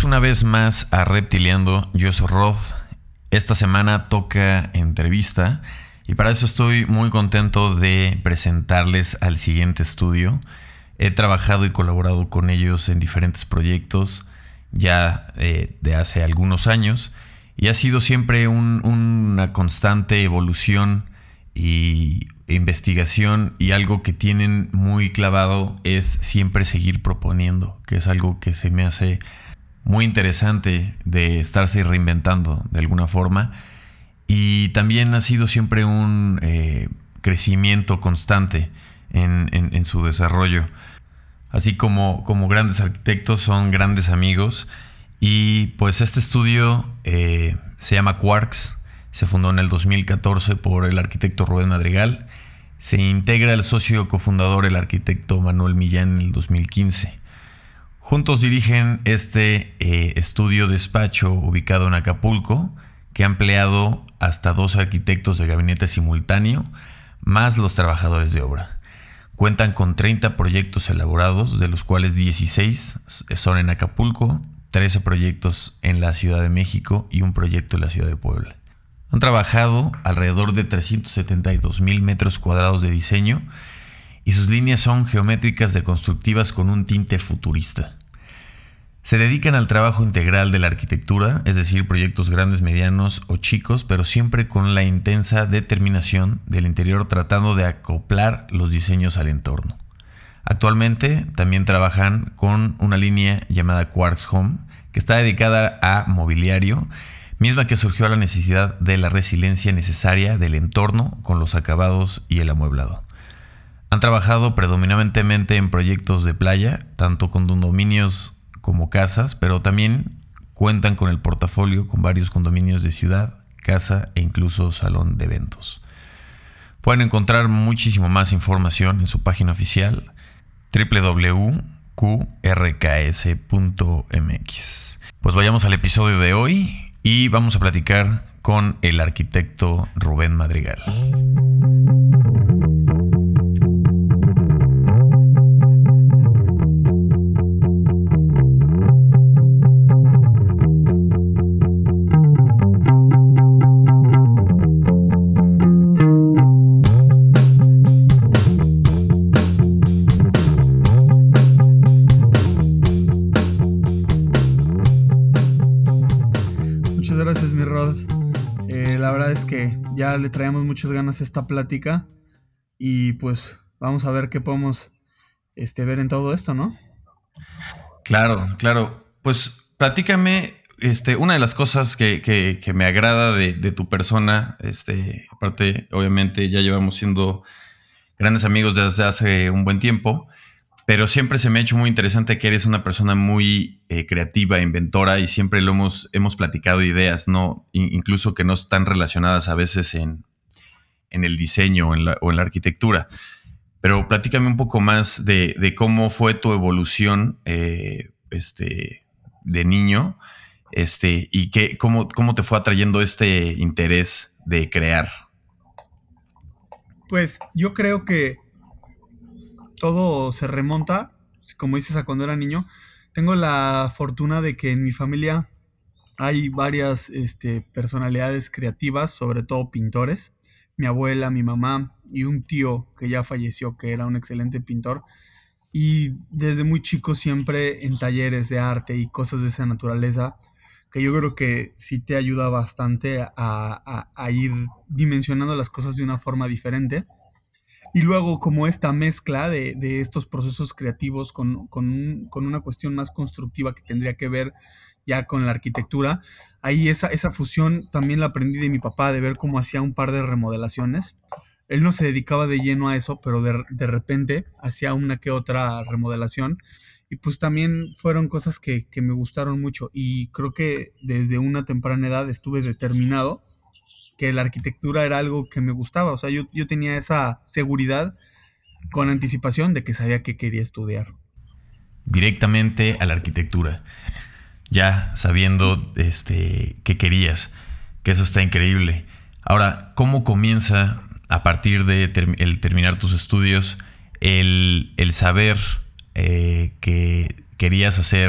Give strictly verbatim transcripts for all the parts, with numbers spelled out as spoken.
Bienvenidos una vez más a Reptiliando. Yo soy Rod. Esta semana toca entrevista y para eso estoy muy contento de presentarles al siguiente estudio. He trabajado y colaborado con ellos en diferentes proyectos ya eh, de hace algunos años y ha sido siempre un, una constante evolución y investigación, y algo que tienen muy clavado es siempre seguir proponiendo, que es algo que se me hace muy interesante de estarse reinventando de alguna forma, y también ha sido siempre un eh, crecimiento constante en, en, en su desarrollo. Así como, como grandes arquitectos, son grandes amigos, y pues este estudio eh, se llama Quarks. Se fundó en el dos mil catorce por el arquitecto Rubén Madrigal. Se integra el socio cofundador, el arquitecto Manuel Millán, en el dos mil quince. Juntos dirigen este eh, estudio despacho ubicado en Acapulco, que ha empleado hasta dos arquitectos de gabinete simultáneo, más los trabajadores de obra. Cuentan con treinta proyectos elaborados, de los cuales dieciséis son en Acapulco, trece proyectos en la Ciudad de México y un proyecto en la Ciudad de Puebla. Han trabajado alrededor de trescientos setenta y dos mil metros cuadrados de diseño, y sus líneas son geométricas deconstructivas con un tinte futurista. Se dedican al trabajo integral de la arquitectura, es decir, proyectos grandes, medianos o chicos, pero siempre con la intensa determinación del interior, tratando de acoplar los diseños al entorno. Actualmente también trabajan con una línea llamada Quarks Home, que está dedicada a mobiliario, misma que surgió a la necesidad de la resiliencia necesaria del entorno con los acabados y el amueblado. Han trabajado predominantemente en proyectos de playa, tanto con condominios como casas, pero también cuentan con el portafolio con varios condominios de ciudad, casa e incluso salón de eventos. Pueden encontrar muchísimo más información en su página oficial doble u doble u doble u punto q r k s punto m x. Pues vayamos al episodio de hoy y vamos a platicar con el arquitecto Rubén Madrigal. Ya le traíamos muchas ganas a esta plática y pues vamos a ver qué podemos este, ver en todo esto, ¿no? Claro, claro. Pues platícame, este, una de las cosas que, que, que me agrada de, de tu persona, este, aparte, obviamente ya llevamos siendo grandes amigos desde hace un buen tiempo, pero siempre se me ha hecho muy interesante que eres una persona muy eh, creativa, inventora, y siempre lo hemos, hemos platicado ideas, ¿no? In- incluso que no están relacionadas a veces en, en el diseño o en, la, o en la arquitectura. Pero platícame un poco más de, de cómo fue tu evolución eh, este, de niño, este, y qué, cómo, cómo te fue atrayendo este interés de crear. Pues yo creo que todo se remonta, como dices, a cuando era niño. Tengo la fortuna de que en mi familia hay varias este, personalidades creativas, sobre todo pintores. Mi abuela, mi mamá y un tío que ya falleció, que era un excelente pintor. Y desde muy chico siempre en talleres de arte y cosas de esa naturaleza, que yo creo que sí te ayuda bastante a, a, a ir dimensionando las cosas de una forma diferente. Y luego como esta mezcla de, de estos procesos creativos con, con, un- con una cuestión más constructiva que tendría que ver ya con la arquitectura, ahí esa, esa fusión también la aprendí de mi papá, de ver cómo hacía un par de remodelaciones. Él no se dedicaba de lleno a eso, pero de, de repente hacía una que otra remodelación. Y pues también fueron cosas que, que me gustaron mucho. Y creo que desde una temprana edad estuve determinado que la arquitectura era algo que me gustaba. O sea, yo, yo tenía esa seguridad con anticipación de que sabía que quería estudiar. Directamente a la arquitectura, ya sabiendo este, qué querías, que eso está increíble. Ahora, ¿cómo comienza a partir de ter- el terminar tus estudios el, el saber eh, que querías hacer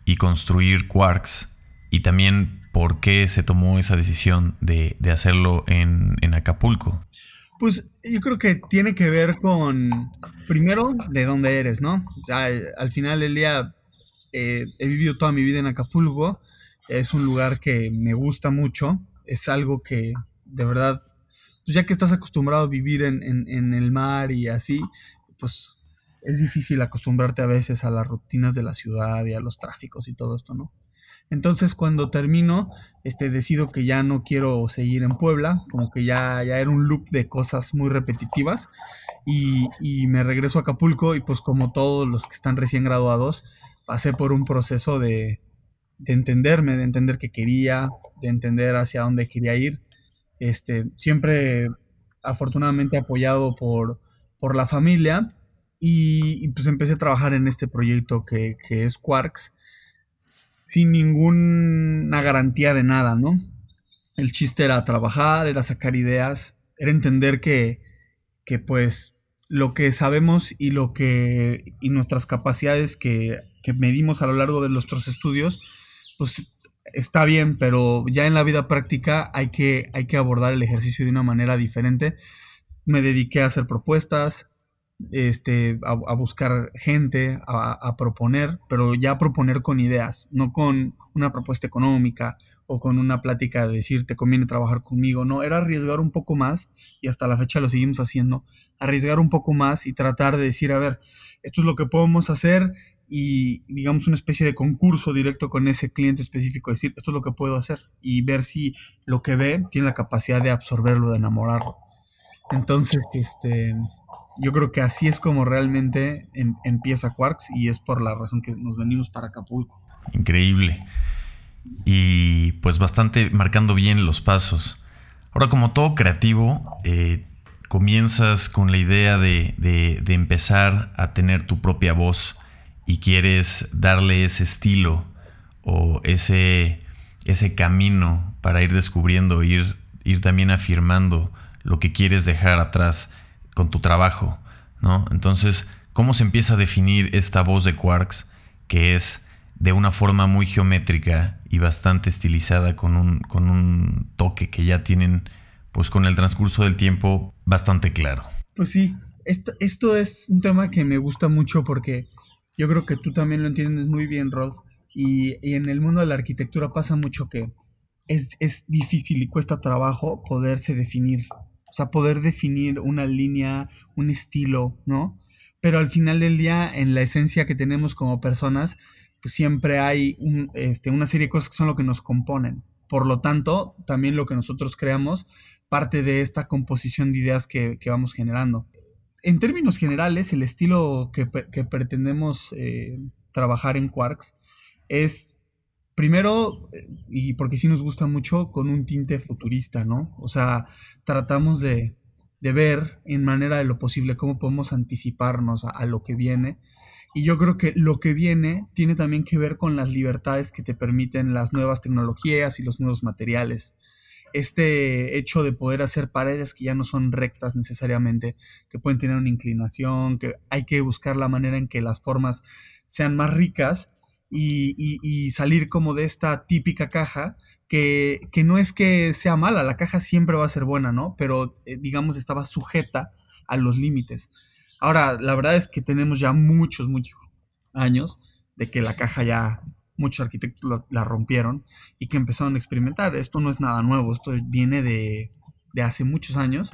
y construir Quarks, y también por qué se tomó esa decisión de, de hacerlo en, en Acapulco. Pues yo creo que tiene que ver con, primero, de dónde eres, ¿no? O sea, al final del día eh, he vivido toda mi vida en Acapulco, es un lugar que me gusta mucho, es algo que de verdad, pues ya que estás acostumbrado a vivir en, en, en el mar y así, pues es difícil acostumbrarte a veces a las rutinas de la ciudad y a los tráficos y todo esto, ¿no? Entonces cuando termino, este, decido que ya no quiero seguir en Puebla, como que ya, ya era un loop de cosas muy repetitivas y, y me regreso a Acapulco y pues como todos los que están recién graduados, pasé por un proceso de, de entenderme, de entender qué quería, de entender hacia dónde quería ir. Este, siempre afortunadamente apoyado por, por la familia y, y, pues empecé a trabajar en este proyecto que, que es Quarks sin ninguna garantía de nada, ¿no? El chiste era trabajar, era sacar ideas, era entender que, que pues lo que sabemos y lo que y nuestras capacidades que, que medimos a lo largo de nuestros estudios, pues está bien, pero ya en la vida práctica hay que, hay que abordar el ejercicio de una manera diferente. Me dediqué a hacer propuestas, este, a, a buscar gente, a, a proponer, pero ya proponer con ideas, no con una propuesta económica o con una plática de decir te conviene trabajar conmigo, no, era arriesgar un poco más y hasta la fecha lo seguimos haciendo, arriesgar un poco más y tratar de decir, a ver, esto es lo que podemos hacer y digamos una especie de concurso directo con ese cliente específico, decir, esto es lo que puedo hacer y ver si lo que ve tiene la capacidad de absorberlo, de enamorarlo. Entonces, este, yo creo que así es como realmente em- empieza Quarks y es por la razón que nos venimos para Acapulco. Increíble. Y pues bastante marcando bien los pasos. Ahora, como todo creativo, eh, comienzas con la idea de, de, de empezar a tener tu propia voz y quieres darle ese estilo o ese, ese camino para ir descubriendo, ir, ir también afirmando lo que quieres dejar atrás con tu trabajo, ¿no? Entonces, ¿cómo se empieza a definir esta voz de Quarks que es de una forma muy geométrica y bastante estilizada con un, con un toque que ya tienen, pues con el transcurso del tiempo, bastante claro? Pues sí, esto, esto es un tema que me gusta mucho porque yo creo que tú también lo entiendes muy bien, Rod. Y, y en el mundo de la arquitectura pasa mucho que es, es difícil y cuesta trabajo poderse definir. O sea, poder definir una línea, un estilo, ¿no? Pero al final del día, en la esencia que tenemos como personas, pues siempre hay un, este, una serie de cosas que son lo que nos componen. Por lo tanto, también lo que nosotros creamos parte de esta composición de ideas que, que vamos generando. En términos generales, el estilo que, que pretendemos eh, trabajar en Quarks es primero, eh, y porque sí nos gusta mucho, con un tinte futurista, ¿no? O sea, tratamos de, de ver en manera de lo posible cómo podemos anticiparnos a, a lo que viene. Y yo creo que lo que viene tiene también que ver con las libertades que te permiten las nuevas tecnologías y los nuevos materiales. Este hecho de poder hacer paredes que ya no son rectas necesariamente, que pueden tener una inclinación, que hay que buscar la manera en que las formas sean más ricas y, y- y salir como de esta típica caja que, que no es que sea mala, la caja siempre va a ser buena, ¿no? Pero eh, digamos estaba sujeta a los límites. Ahora, la verdad es que tenemos ya muchos, muchos años de que la caja ya muchos arquitectos la, la rompieron y que empezaron a experimentar. Esto no es nada nuevo, esto viene de, de hace muchos años,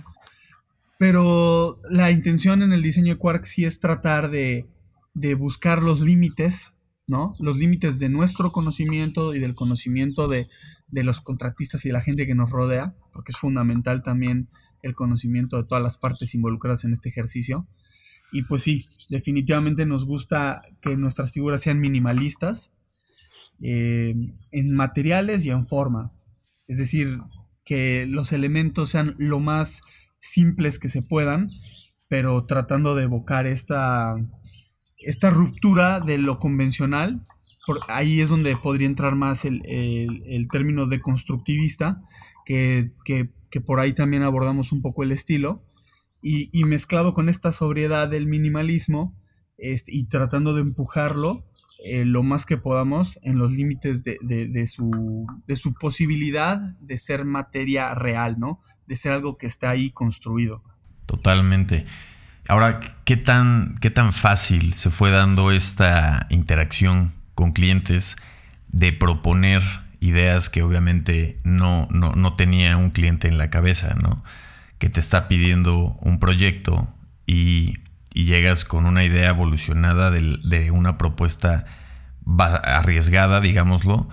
pero la intención en el diseño de Quark sí es tratar de, de buscar los límites, ¿no? Los límites de nuestro conocimiento y del conocimiento de, de los contratistas y de la gente que nos rodea, porque es fundamental también el conocimiento de todas las partes involucradas en este ejercicio. Y pues sí, definitivamente nos gusta que nuestras figuras sean minimalistas, eh, en materiales y en forma. Es decir, que los elementos sean lo más simples que se puedan, pero tratando de evocar esta, esta ruptura de lo convencional. Por ahí es donde podría entrar más el, el, el término de constructivista, que, que, que, por ahí también abordamos un poco el estilo, y, y mezclado con esta sobriedad del minimalismo, este, y tratando de empujarlo eh, lo más que podamos en los límites de, de, de, su, de su posibilidad de ser materia real, ¿no? De ser algo que está ahí construido. Totalmente. Ahora, ¿qué tan, qué tan fácil se fue dando esta interacción con clientes de proponer ideas que obviamente no, no, no tenía un cliente en la cabeza, ¿no? Que te está pidiendo un proyecto y, y llegas con una idea evolucionada de, de una propuesta arriesgada, digámoslo,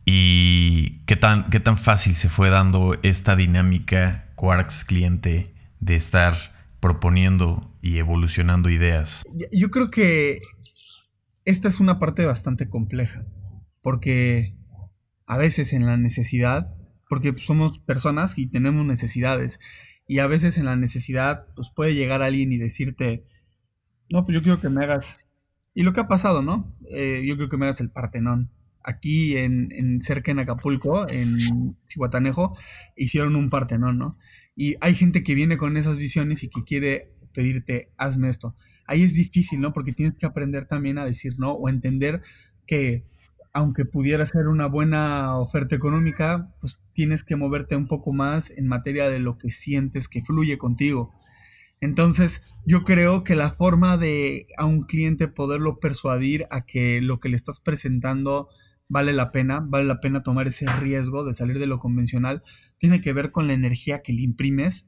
y qué tan, qué tan fácil se fue dando esta dinámica Quarks cliente de estar proponiendo y evolucionando ideas. Yo creo que esta es una parte bastante compleja, porque a veces en la necesidad, porque somos personas y tenemos necesidades, y a veces en la necesidad pues puede llegar alguien y decirte, no, pues yo quiero que me hagas, y lo que ha pasado, ¿no? Eh, yo creo que me hagas el Partenón. Aquí en, en cerca en Acapulco, en Cihuatanejo, hicieron un Partenón, ¿no? Y hay gente que viene con esas visiones y que quiere pedirte, hazme esto. Ahí es difícil, ¿no? Porque tienes que aprender también a decir no o entender que aunque pudiera ser una buena oferta económica, pues tienes que moverte un poco más en materia de lo que sientes que fluye contigo. Entonces, yo creo que la forma de a un cliente poderlo persuadir a que lo que le estás presentando vale la pena, vale la pena tomar ese riesgo de salir de lo convencional, tiene que ver con la energía que le imprimes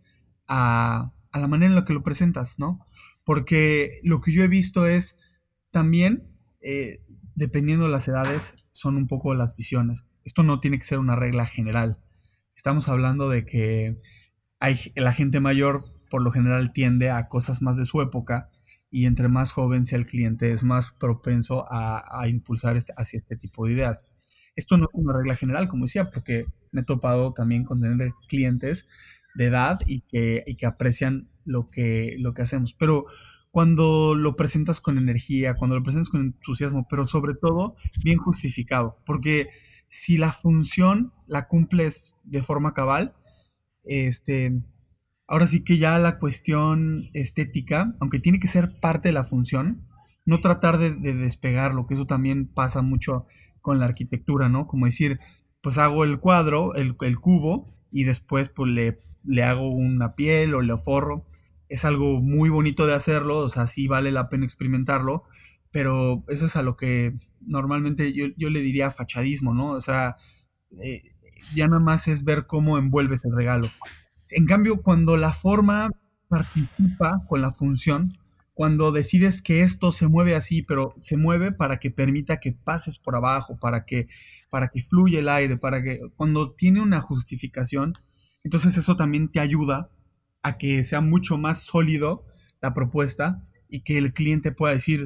a, a la manera en la que lo presentas, ¿no? Porque lo que yo he visto es también, eh, dependiendo de las edades, son un poco las visiones. Esto no tiene que ser una regla general. Estamos hablando de que hay, la gente mayor por lo general tiende a cosas más de su época y entre más joven sea el cliente es más propenso a, a impulsar este, hacia este tipo de ideas. Esto no es una regla general, como decía, porque me he topado también con tener clientes de edad y que, y que aprecian lo que, lo que hacemos. Pero cuando lo presentas con energía, cuando lo presentas con entusiasmo, pero sobre todo bien justificado, porque si la función la cumples de forma cabal, este, ahora sí que ya la cuestión estética, aunque tiene que ser parte de la función, no tratar de, de despegarlo, que eso también pasa mucho con la arquitectura, ¿no? Como decir, pues hago el cuadro, el, el cubo, y después pues le, le hago una piel o le forro. Es algo muy bonito de hacerlo, o sea, sí vale la pena experimentarlo, pero eso es a lo que normalmente yo, yo le diría fachadismo, ¿no? O sea, eh, ya nada más es ver cómo envuelves el regalo. En cambio, cuando la forma participa con la función, cuando decides que esto se mueve así, pero se mueve para que permita que pases por abajo, para que, para que fluya el aire, para que cuando tiene una justificación, entonces eso también te ayuda a que sea mucho más sólido la propuesta y que el cliente pueda decir,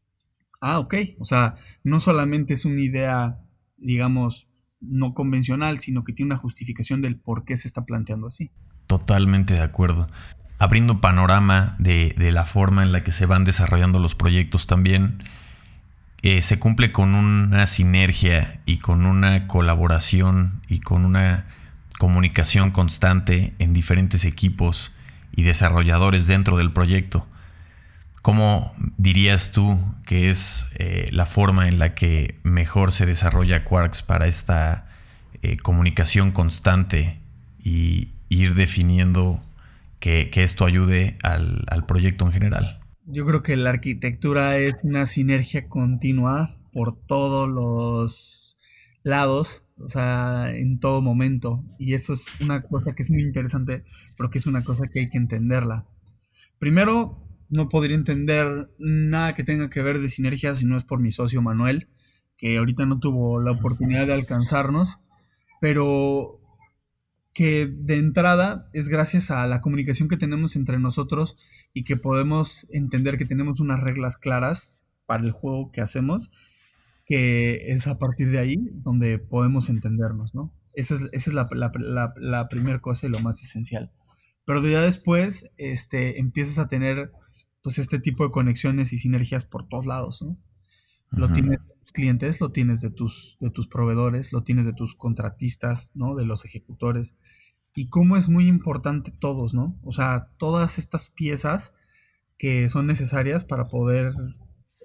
ah, ok, o sea, no solamente es una idea, digamos, no convencional, sino que tiene una justificación del por qué se está planteando así. Totalmente de acuerdo. Abriendo panorama de, de la forma en la que se van desarrollando los proyectos también, eh, se cumple con una sinergia y con una colaboración y con una comunicación constante en diferentes equipos y desarrolladores dentro del proyecto. ¿Cómo dirías tú que es eh, la forma en la que mejor se desarrolla Quarks para esta eh, comunicación constante y ir definiendo que, que esto ayude al, al proyecto en general? Yo creo que la arquitectura es una sinergia continua por todos los lados, o sea, en todo momento. Y eso es una cosa que es muy interesante, pero que es una cosa que hay que entenderla. Primero, no podría entender nada que tenga que ver de sinergia si no es por mi socio Manuel, que ahorita no tuvo la oportunidad de alcanzarnos, pero que de entrada es gracias a la comunicación que tenemos entre nosotros y que podemos entender que tenemos unas reglas claras para el juego que hacemos, que es a partir de ahí donde podemos entendernos, ¿no? Esa es, esa es la, la, la, la primera cosa y lo más esencial. Pero ya después este, empiezas a tener pues este tipo de conexiones y sinergias por todos lados, ¿no? Lo Ujú. tienes de tus clientes, lo tienes de tus, de tus proveedores, lo tienes de tus contratistas, ¿no? De los ejecutores. Y cómo es muy importante todos, ¿no? O sea, todas estas piezas que son necesarias para poder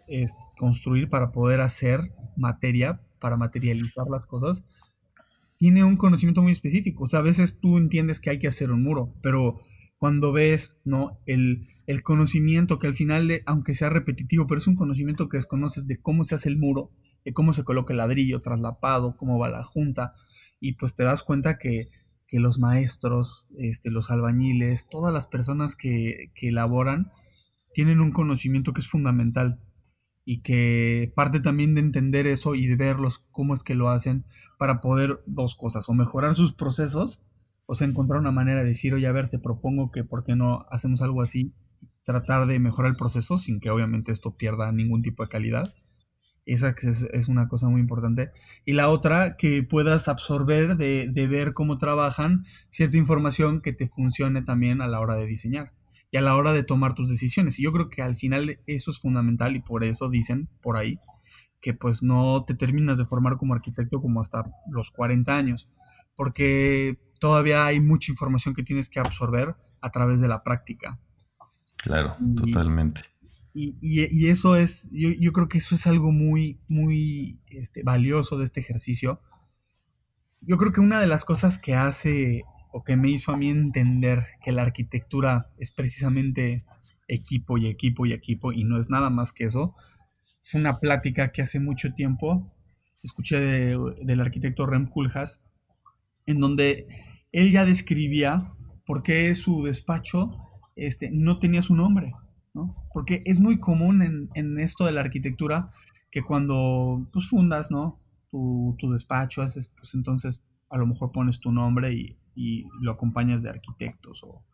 es, construir, para poder hacer materia, para materializar las cosas, tiene un conocimiento muy específico. O sea, a veces tú entiendes que hay que hacer un muro, pero cuando ves, ¿no? El, el conocimiento que al final, eh, aunque sea repetitivo, pero es un conocimiento que desconoces de cómo se hace el muro, de cómo se coloca el ladrillo traslapado, cómo va la junta, y pues te das cuenta que, que los maestros, este, los albañiles, todas las personas que, que elaboran, tienen un conocimiento que es fundamental y que parte también de entender eso y de verlos cómo es que lo hacen para poder dos cosas, o mejorar sus procesos, o sea, encontrar una manera de decir, oye, a ver, te propongo que por qué no hacemos algo así, tratar de mejorar el proceso sin que obviamente esto pierda ningún tipo de calidad. Esa es, es una cosa muy importante. Y la otra, que puedas absorber de, de ver cómo trabajan cierta información que te funcione también a la hora de diseñar y a la hora de tomar tus decisiones. Y yo creo que al final eso es fundamental y por eso dicen por ahí que pues no te terminas de formar como arquitecto como hasta los cuarenta años, porque todavía hay mucha información que tienes que absorber a través de la práctica. Claro, Y, totalmente. y, y- y eso es, yo, yo creo que eso es algo muy, muy este, valioso de este ejercicio. Yo creo que una de las cosas que hace o que me hizo a mí entender que la arquitectura es precisamente equipo y equipo y equipo y no es nada más que eso, fue una plática que hace mucho tiempo escuché de- del arquitecto Rem Koolhaas, en donde él ya describía por qué su despacho este, no tenía su nombre, ¿no? Porque es muy común en, en esto de la arquitectura que cuando pues, fundas, ¿no? Tu, tu despacho, haces, pues entonces a lo mejor pones tu nombre y, y lo acompañas de arquitectos o,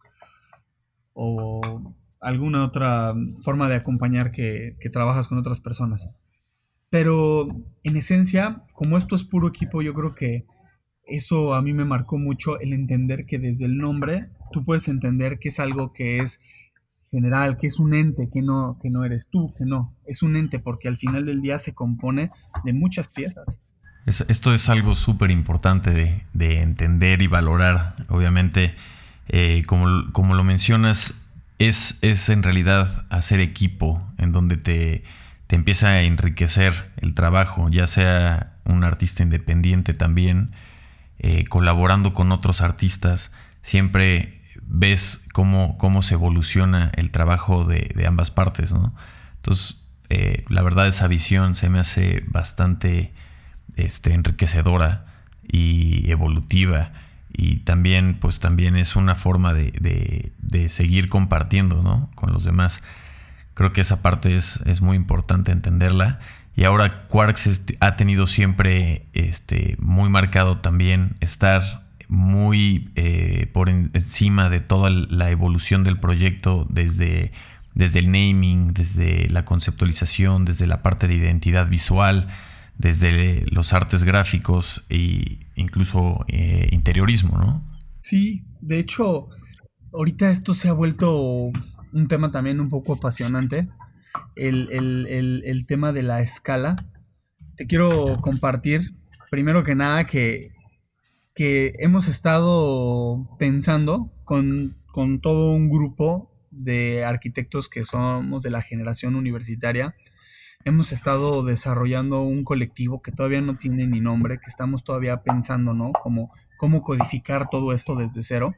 o alguna otra forma de acompañar que, que trabajas con otras personas. Pero en esencia, como esto es puro equipo, yo creo que eso a mí me marcó mucho el entender que desde el nombre tú puedes entender que es algo que es general, que es un ente, que no, que no eres tú, que no, es un ente porque al final del día se compone de muchas piezas. Es- esto es algo súper importante de, de entender y valorar. Obviamente, eh, como, como lo mencionas, es, es en realidad hacer equipo en donde te, te empieza a enriquecer el trabajo, ya sea un artista independiente también, eh, colaborando con otros artistas, siempre ves cómo, cómo se evoluciona el trabajo de, de ambas partes, ¿no? Entonces, eh, la verdad esa visión se me hace bastante este, enriquecedora y evolutiva, y también pues también es una forma de, de, de seguir compartiendo, ¿no? Con los demás. Creo que esa parte es, es muy importante entenderla. Y ahora Quarks este, ha tenido siempre este, muy marcado también estar muy eh, por en, encima de toda la evolución del proyecto, desde, desde el naming, desde la conceptualización, desde la parte de identidad visual, desde los artes gráficos e incluso eh, interiorismo, ¿no? Sí, de hecho, ahorita esto se ha vuelto un tema también un poco apasionante, el, el, el, el tema de la escala. Te quiero compartir, primero que nada, que que hemos estado pensando con, con todo un grupo de arquitectos que somos de la generación universitaria. Hemos estado desarrollando un colectivo que todavía no tiene ni nombre, que estamos todavía pensando, ¿no? Cómo, cómo codificar todo esto desde cero.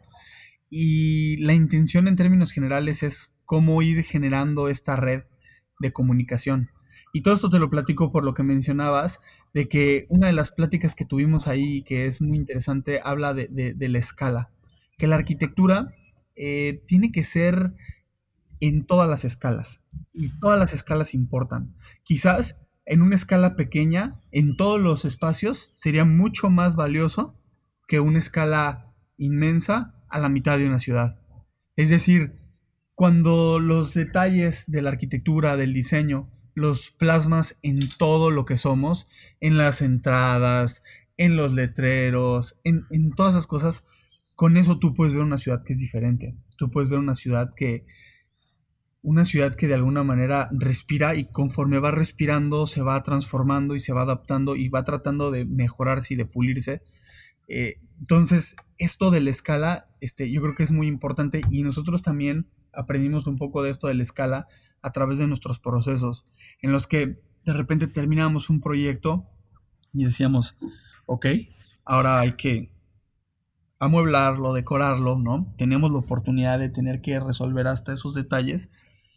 Y la intención en términos generales es cómo ir generando esta red de comunicación. Y todo esto te lo platico por lo que mencionabas, de que una de las pláticas que tuvimos ahí, que es muy interesante, habla de, de- de la escala, que la arquitectura eh, tiene que ser en todas las escalas, y todas las escalas importan. Quizás en una escala pequeña, en todos los espacios, sería mucho más valioso que una escala inmensa a la mitad de una ciudad. Es decir, cuando los detalles de la arquitectura, del diseño, los plasmas en todo lo que somos, en las entradas, en los letreros, en, en todas esas cosas, con eso tú puedes ver una ciudad que es diferente. Tú puedes ver una ciudad que, una ciudad que de alguna manera respira y conforme va respirando se va transformando y se va adaptando y va tratando de mejorarse y de pulirse. Eh, entonces, esto de la escala, este, yo creo que es muy importante y nosotros también aprendimos un poco de esto de la escala a través de nuestros procesos, en los que de repente terminábamos un proyecto y decíamos, ok, ahora hay que amueblarlo, decorarlo, ¿no? Tenemos la oportunidad de tener que resolver hasta esos detalles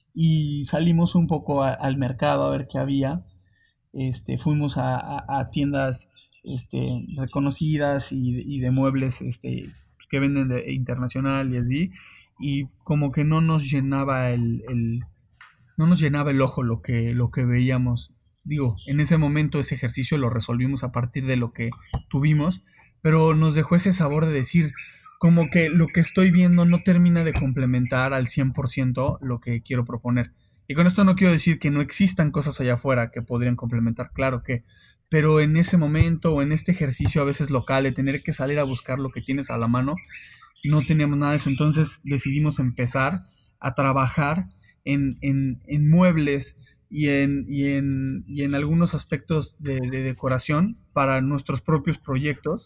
y salimos un poco a- al mercado a ver qué había. Este, fuimos a, a- a tiendas este, reconocidas y, y de muebles este, que venden de, internacional y así, y como que no nos llenaba el, el- no nos llenaba el ojo lo que, lo que veíamos. Digo, en ese momento ese ejercicio lo resolvimos a partir de lo que tuvimos, pero nos dejó ese sabor de decir, como que lo que estoy viendo no termina de complementar al cien por ciento lo que quiero proponer. Y con esto no quiero decir que no existan cosas allá afuera que podrían complementar, claro que, pero en ese momento o en este ejercicio a veces local de tener que salir a buscar lo que tienes a la mano, no teníamos nada de eso. Entonces decidimos empezar a trabajar en, en, en muebles y en, y, en, y en algunos aspectos de, de decoración para nuestros propios proyectos.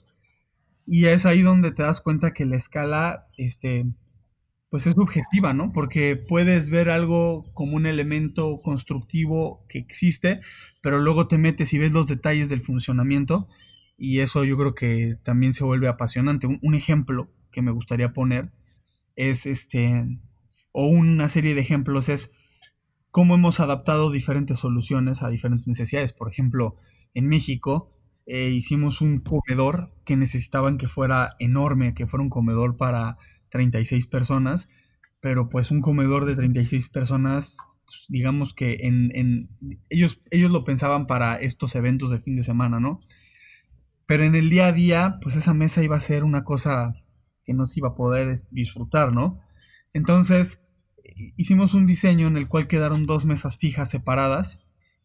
Y es ahí donde te das cuenta que la escala, este, pues es subjetiva, ¿no? Porque puedes ver algo como un elemento constructivo que existe, pero luego te metes y ves los detalles del funcionamiento y eso yo creo que también se vuelve apasionante. Un, un ejemplo que me gustaría poner es este, o una serie de ejemplos es cómo hemos adaptado diferentes soluciones a diferentes necesidades. Por ejemplo, en México eh, hicimos un comedor que necesitaban que fuera enorme, que fuera un comedor para treinta y seis personas, pero pues un comedor de treinta y seis personas, pues, digamos que en, en ellos, ellos lo pensaban para estos eventos de fin de semana, ¿no? Pero en el día a día, pues esa mesa iba a ser una cosa que no se iba a poder es- disfrutar, ¿no? Entonces, hi- hicimos un diseño en el cual quedaron dos mesas fijas separadas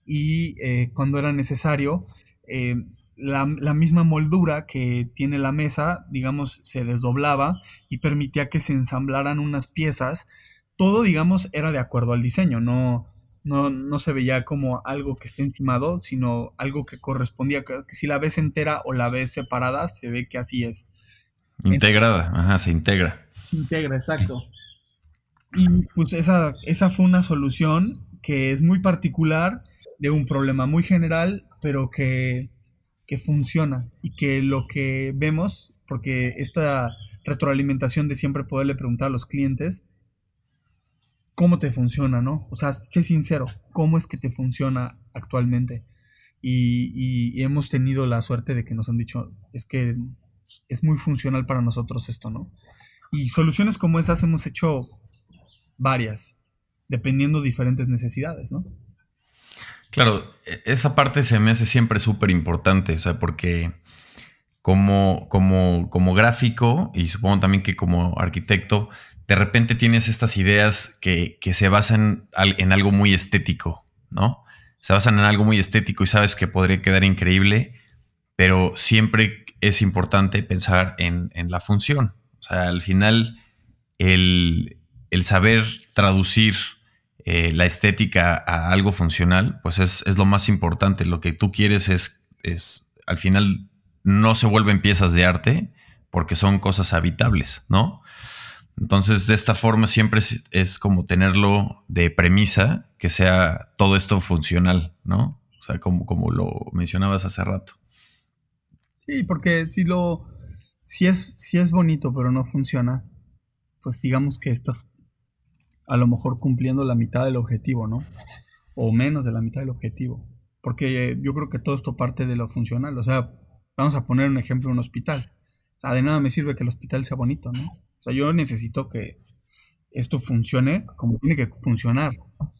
y eh, cuando era necesario, eh, la, la misma moldura que tiene la mesa, digamos, se desdoblaba y permitía que se ensamblaran unas piezas. Todo, digamos, era de acuerdo al diseño, no, no, no se veía como algo que esté encimado, sino algo que correspondía, que, que si la ves entera o la ves separada, se ve que así es. En- Integrada, ajá, se integra. Se integra, exacto. Y pues esa, esa fue una solución que es muy particular de un problema muy general, pero que, que funciona y que lo que vemos, porque esta retroalimentación de siempre poderle preguntar a los clientes, cómo te funciona, ¿no? O sea, sé sincero, ¿cómo es que te funciona actualmente? Y, y- y hemos tenido la suerte de que nos han dicho, es que es muy funcional para nosotros esto, ¿no? Y soluciones como esas hemos hecho varias, dependiendo de diferentes necesidades, ¿no? Claro, e- esa parte se me hace siempre súper importante, o sea, porque como, como, como gráfico y supongo también que como arquitecto, de repente tienes estas ideas que, que se basan al- en algo muy estético, ¿no? Se basan en algo muy estético y sabes que podría quedar increíble, pero siempre es importante pensar en, en la función. O sea, al final, el, el saber traducir eh, la estética a algo funcional, pues es, es lo más importante. Lo que tú quieres es, es, al final, no se vuelven piezas de arte porque son cosas habitables, ¿no? Entonces, de esta forma siempre es, es como tenerlo de premisa que sea todo esto funcional, ¿no? O sea, como, como lo mencionabas hace rato. Sí, porque si lo, si es, si es bonito pero no funciona, pues digamos que estás a lo mejor cumpliendo la mitad del objetivo, ¿no? O menos de la mitad del objetivo. Porque eh, yo creo que todo esto parte de lo funcional. O sea, vamos a poner un ejemplo, un hospital. O sea, de nada me sirve que el hospital sea bonito, ¿no? O sea, yo necesito que esto funcione como tiene que funcionar.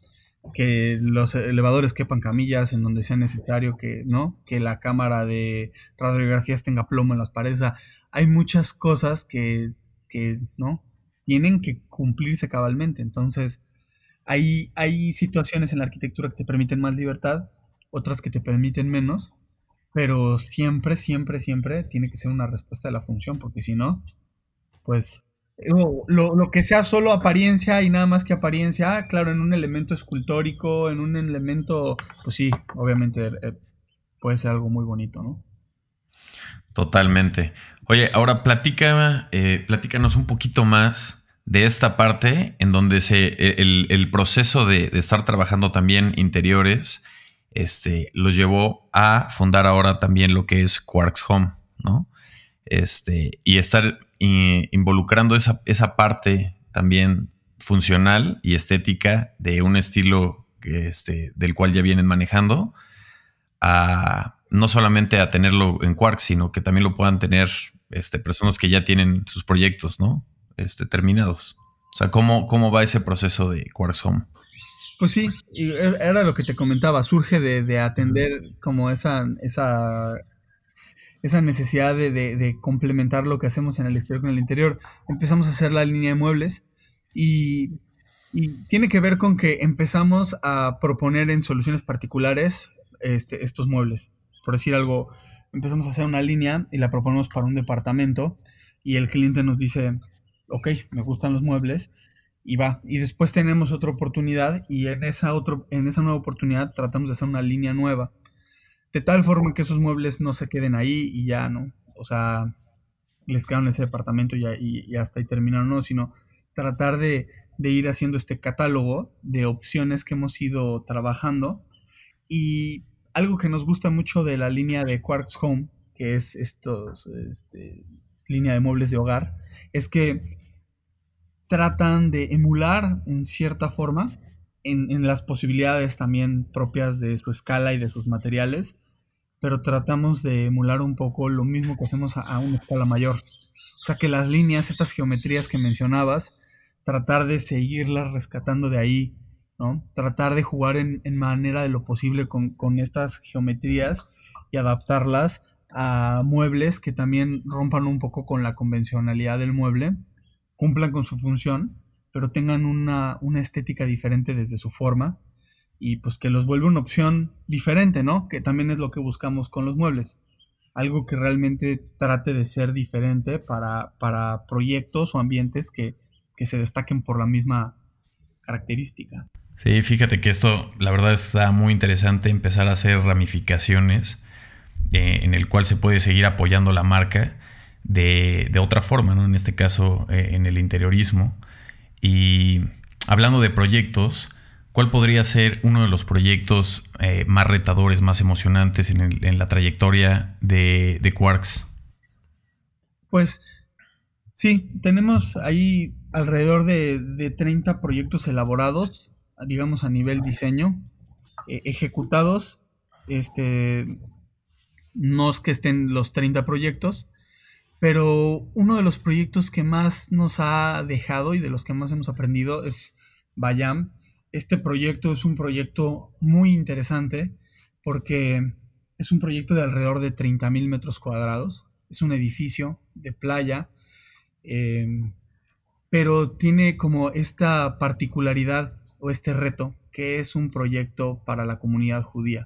Que los elevadores quepan camillas en donde sea necesario, que, ¿no? Que la cámara de radiografías tenga plomo en las paredes. O sea, hay muchas cosas que, que, ¿no? Tienen que cumplirse cabalmente. Entonces, hay, hay situaciones en la arquitectura que te permiten más libertad, otras que te permiten menos, pero siempre, siempre, siempre tiene que ser una respuesta de la función, porque si no, pues lo, lo- lo que sea solo apariencia y nada más que apariencia, ah, claro, en un elemento escultórico, en un elemento, pues sí, obviamente eh, puede ser algo muy bonito, ¿no? Totalmente. Oye, ahora platica, eh, platícanos un poquito más. de esta parte en donde se, el, el proceso de, de estar trabajando también interiores este, los llevó a fundar ahora también lo que es Quarks Home, ¿no? Este, y estar i- involucrando esa, esa parte también funcional y estética de un estilo que, este, del cual ya vienen manejando, a no solamente a tenerlo en Quarks, sino que también lo puedan tener este, personas que ya tienen sus proyectos, ¿no? Este, terminados. O sea, ¿cómo, cómo va ese proceso de Quarks Home? Pues sí, y e- era lo que te comentaba, surge de, de atender como esa, esa, esa necesidad de, de- de complementar lo que hacemos en el exterior con el interior. Empezamos a hacer la línea de muebles y, y tiene que ver con que empezamos a proponer en soluciones particulares este, estos muebles. Por decir algo, empezamos a hacer una línea y la proponemos para un departamento y el cliente nos dice, ok, me gustan los muebles y va. Y después tenemos otra oportunidad y en esa, otro, en esa nueva oportunidad tratamos de hacer una línea nueva. De tal forma que esos muebles no se queden ahí y ya, ¿no? O sea, les quedaron en ese departamento y, ya- y- y hasta ahí terminaron, no, sino tratar de, de ir haciendo este catálogo de opciones que hemos ido trabajando. Y algo que nos gusta mucho de la línea de Quarks Home, que es estos, este, línea de muebles de hogar, es que tratan de emular en cierta forma, en, en las posibilidades también propias de su escala y de sus materiales, pero tratamos de emular un poco lo mismo que hacemos a, a una escala mayor. O sea, que las líneas, estas geometrías que mencionabas, tratar de seguirlas rescatando de ahí, ¿no? Tratar de jugar en, en manera de lo posible con, con estas geometrías y adaptarlas a muebles que también rompan un poco con la convencionalidad del mueble, cumplan con su función, pero tengan una, una estética diferente desde su forma y pues que los vuelve una opción diferente, ¿no? Que también es lo que buscamos con los muebles. Algo que realmente trate de ser diferente para, para proyectos o ambientes que, que se destaquen por la misma característica. Sí, fíjate que esto, la verdad, está muy interesante empezar a hacer ramificaciones eh, en el cual se puede seguir apoyando la marca de, de otra forma, ¿no? En este caso, eh, en el interiorismo. Y hablando de proyectos, ¿cuál podría ser uno de los proyectos eh, más retadores, más emocionantes en, el- en la trayectoria de, de Quarks? Pues sí, tenemos ahí alrededor de, de treinta proyectos elaborados, digamos a nivel diseño, eh, ejecutados. Este, no es que estén los treinta proyectos, pero uno de los proyectos que más nos ha dejado y de los que más hemos aprendido es Bayam. Este proyecto es un proyecto muy interesante porque es un proyecto de alrededor de treinta mil metros cuadrados. Es un edificio de playa, eh, pero tiene como esta particularidad o este reto que es un proyecto para la comunidad judía.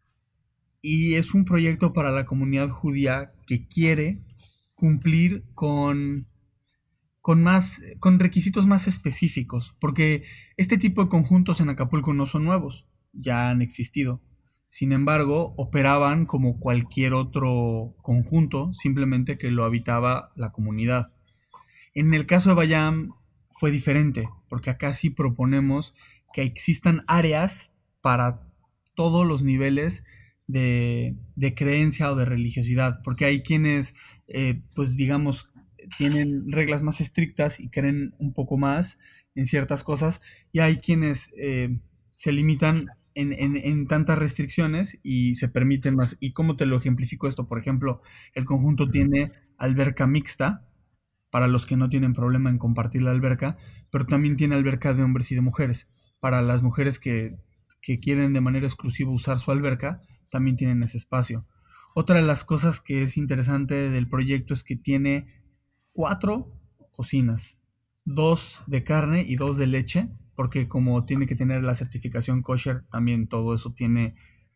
Y es un proyecto para la comunidad judía que quiere cumplir con, con más, con requisitos más específicos, porque este tipo de conjuntos en Acapulco no son nuevos, ya han existido. Sin embargo, operaban como cualquier otro conjunto, simplemente que lo habitaba la comunidad. En el caso de Bayam fue diferente, porque acá sí proponemos que existan áreas para todos los niveles de, de creencia o de religiosidad, porque hay quienes, eh, pues digamos, tienen reglas más estrictas y creen un poco más en ciertas cosas, y hay quienes eh, se limitan en, en, en tantas restricciones y se permiten más. ¿Y cómo te lo ejemplifico esto? Por ejemplo, el conjunto tiene alberca mixta, para los que no tienen problema en compartir la alberca, pero también tiene alberca de hombres y de mujeres. Para las mujeres que, que quieren de manera exclusiva usar su alberca, también tienen ese espacio. Otra de las cosas que es interesante del proyecto es que tiene cuatro cocinas, dos de carne y dos de leche, porque como tiene que tener la certificación kosher, también todo eso tiene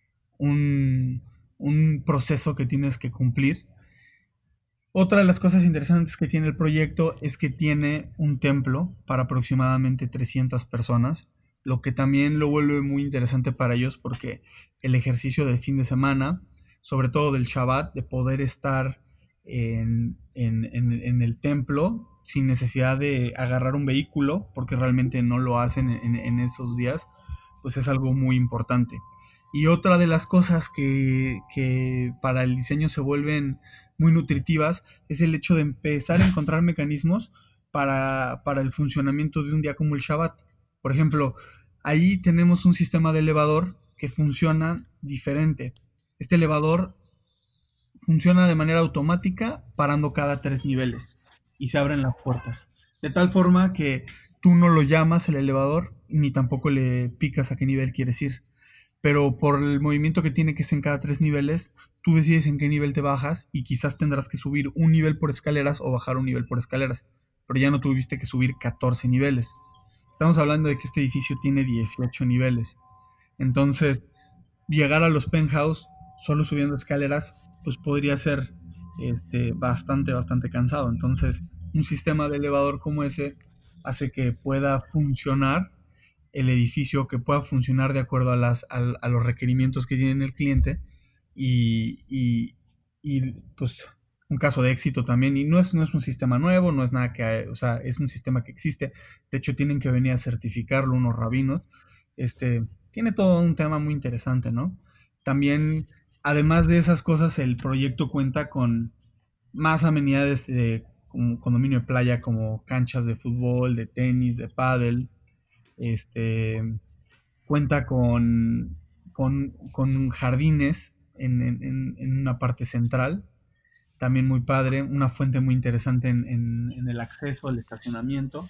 un, un proceso que tienes que cumplir. Otra de las cosas interesantes que tiene el proyecto es que tiene un templo para aproximadamente trescientas personas, lo que también lo vuelve muy interesante para ellos porque el ejercicio del fin de semana, sobre todo del Shabbat, de poder estar en, en- en- en el templo, sin necesidad de agarrar un vehículo, porque realmente no lo hacen en, en esos días, pues es algo muy importante. Y otra de las cosas que, que para el diseño se vuelven muy nutritivas es el hecho de empezar a encontrar mecanismos para, para el funcionamiento de un día como el Shabbat. Por ejemplo, ahí tenemos un sistema de elevador que funciona diferente. Este elevador funciona de manera automática parando cada tres niveles y se abren las puertas. De tal forma que tú no lo llamas el elevador ni tampoco le picas a qué nivel quieres ir. Pero por el movimiento que tiene, que es en cada tres niveles, tú decides en qué nivel te bajas y quizás tendrás que subir un nivel por escaleras o bajar un nivel por escaleras. Pero ya no tuviste que subir catorce niveles. Estamos hablando de que este edificio tiene dieciocho niveles. Entonces, llegar a los penthouse solo subiendo escaleras, pues podría ser este, bastante, bastante cansado. Entonces, un sistema de elevador como ese hace que pueda funcionar el edificio, que pueda funcionar de acuerdo a, las, a, a los requerimientos que tiene el cliente y, y, y, pues un caso de éxito también. Y no es, no es un sistema nuevo, no es nada que, o sea, es un sistema que existe. De hecho, tienen que venir a certificarlo unos rabinos. Este, tiene todo un tema muy interesante, ¿no? También, además de esas cosas, el proyecto cuenta con más amenidades de como condominio de playa, como canchas de fútbol, de tenis, de pádel. Este, cuenta con, con, con jardines en, en, en, una parte central, también muy padre, una fuente muy interesante en, en, en el acceso al estacionamiento.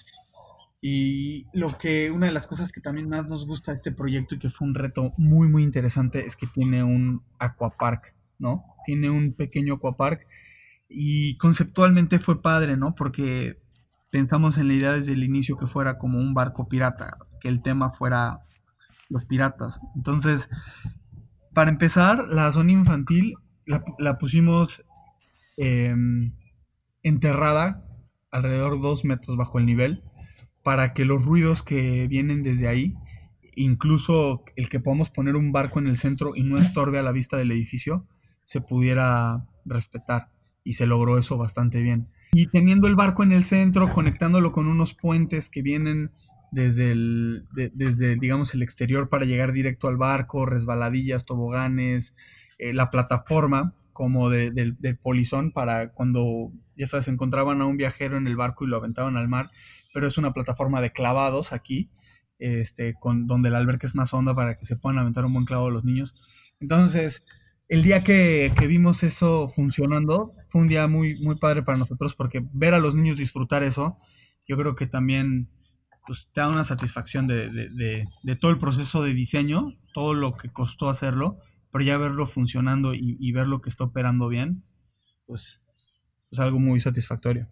Y lo que, una de las cosas que también más nos gusta de este proyecto y que fue un reto muy, muy interesante es que tiene un aquapark, ¿no? Tiene un pequeño aquapark y conceptualmente fue padre, ¿no? Porque pensamos en la idea desde el inicio que fuera como un barco pirata, que el tema fuera los piratas. Entonces, para empezar, la zona infantil la, la pusimos eh, enterrada alrededor de dos metros bajo el nivel para que los ruidos que vienen desde ahí, incluso el que podamos poner un barco en el centro y no estorbe a la vista del edificio, se pudiera respetar. Y se logró eso bastante bien. Y teniendo el barco en el centro, conectándolo con unos puentes que vienen desde el, de, desde, digamos, el exterior para llegar directo al barco, resbaladillas, toboganes, eh, la plataforma como de, de, del polizón para cuando, ya sabes, encontraban a un viajero en el barco y lo aventaban al mar, pero es una plataforma de clavados aquí, este, con, donde la alberca es más honda para que se puedan aventar un buen clavado los niños. Entonces, el día que, que, vimos eso funcionando, fue un día muy, muy padre para nosotros, porque ver a los niños disfrutar eso, yo creo que también pues, te da una satisfacción de, de, de, de todo el proceso de diseño, todo lo que costó hacerlo, pero ya verlo funcionando y, y ver lo que está operando bien, pues es algo muy satisfactorio.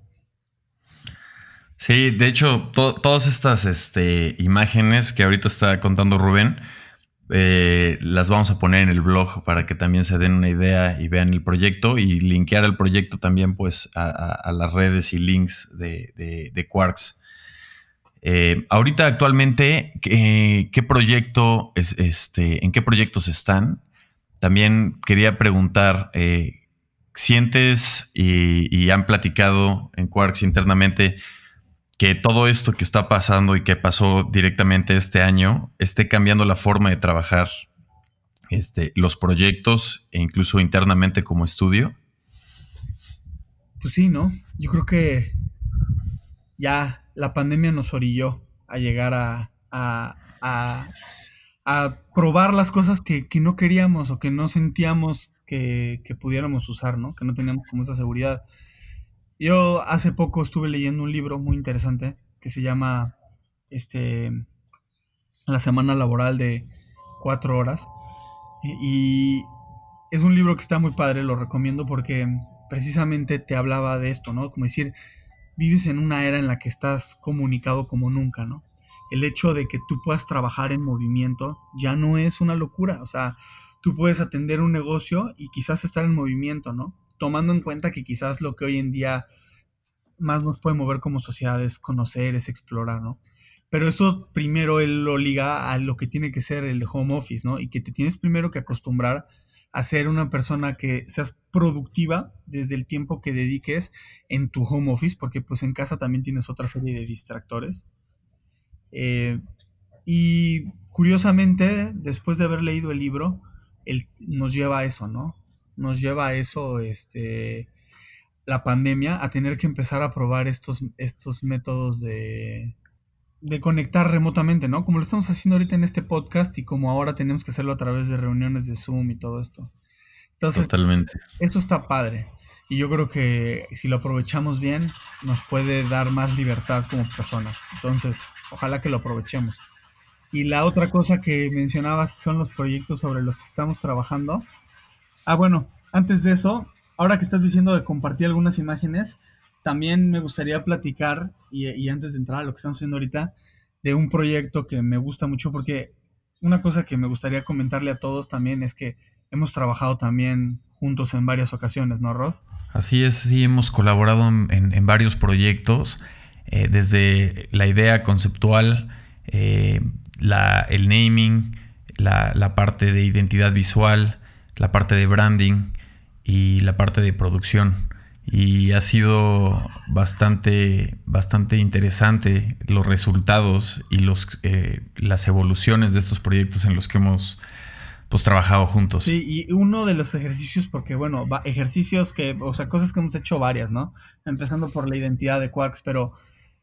Sí, de hecho, to- todas estas este, imágenes que ahorita está contando Rubén, eh, las vamos a poner en el blog para que también se den una idea y vean el proyecto y linkear el proyecto también pues a, a- a las redes y links de, de, de Quarks. Eh, ahorita actualmente, ¿qué, qué proyecto es este? ¿En qué proyectos están? También quería preguntar, eh, ¿sientes y, y han platicado en Quarks internamente que todo esto que está pasando y que pasó directamente este año esté cambiando la forma de trabajar este, los proyectos e incluso internamente como estudio? Pues sí, ¿no? Yo creo que ya la pandemia nos orilló a llegar a, a, a, a probar las cosas que, que, no queríamos o que no sentíamos que, que pudiéramos usar, ¿no? Que no teníamos como esa seguridad. Yo hace poco estuve leyendo un libro muy interesante que se llama este, La semana laboral de cuatro horas. Y es un libro que está muy padre, lo recomiendo porque precisamente te hablaba de esto, ¿no? Como decir, vives en una era en la que estás comunicado como nunca, ¿no? El hecho de que tú puedas trabajar en movimiento ya no es una locura, o sea, tú puedes atender un negocio y quizás estar en movimiento, ¿no? Tomando en cuenta que quizás lo que hoy en día más nos puede mover como sociedad es conocer, es explorar, ¿no? Pero eso primero él lo liga a lo que tiene que ser el home office, ¿no? Y que te tienes primero que acostumbrar a ser una persona que seas productiva desde el tiempo que dediques en tu home office, porque pues en casa también tienes otra serie de distractores. Eh, y curiosamente, después de haber leído el libro, él nos lleva a eso, ¿no? Nos lleva a eso, este, la pandemia, a tener que empezar a probar estos, estos métodos de, de conectar remotamente, ¿no? Como lo estamos haciendo ahorita en este podcast y como ahora tenemos que hacerlo a través de reuniones de Zoom y todo esto. Entonces, Totalmente. esto está padre. Y yo creo que si lo aprovechamos bien, nos puede dar más libertad como personas. Entonces, ojalá que lo aprovechemos. Y la otra cosa que mencionabas que son los proyectos sobre los que estamos trabajando. Ah, bueno, antes de eso, ahora que estás diciendo de compartir algunas imágenes, también me gustaría platicar, y, y antes de entrar a lo que estamos haciendo ahorita, de un proyecto que me gusta mucho, porque una cosa que me gustaría comentarle a todos también es que hemos trabajado también juntos en varias ocasiones, ¿no, Rod? Así es, sí, hemos colaborado en, en- en varios proyectos, eh, desde la idea conceptual, eh, la- el naming, la, la parte de identidad visual, la parte de branding y la parte de producción. Y ha sido bastante, bastante interesante los resultados y los, eh, las evoluciones de estos proyectos en los que hemos pues, trabajado juntos. Sí, y uno de los ejercicios, porque bueno, va- ejercicios que, o sea, cosas que hemos hecho varias, ¿no? Empezando por la identidad de Quarks, pero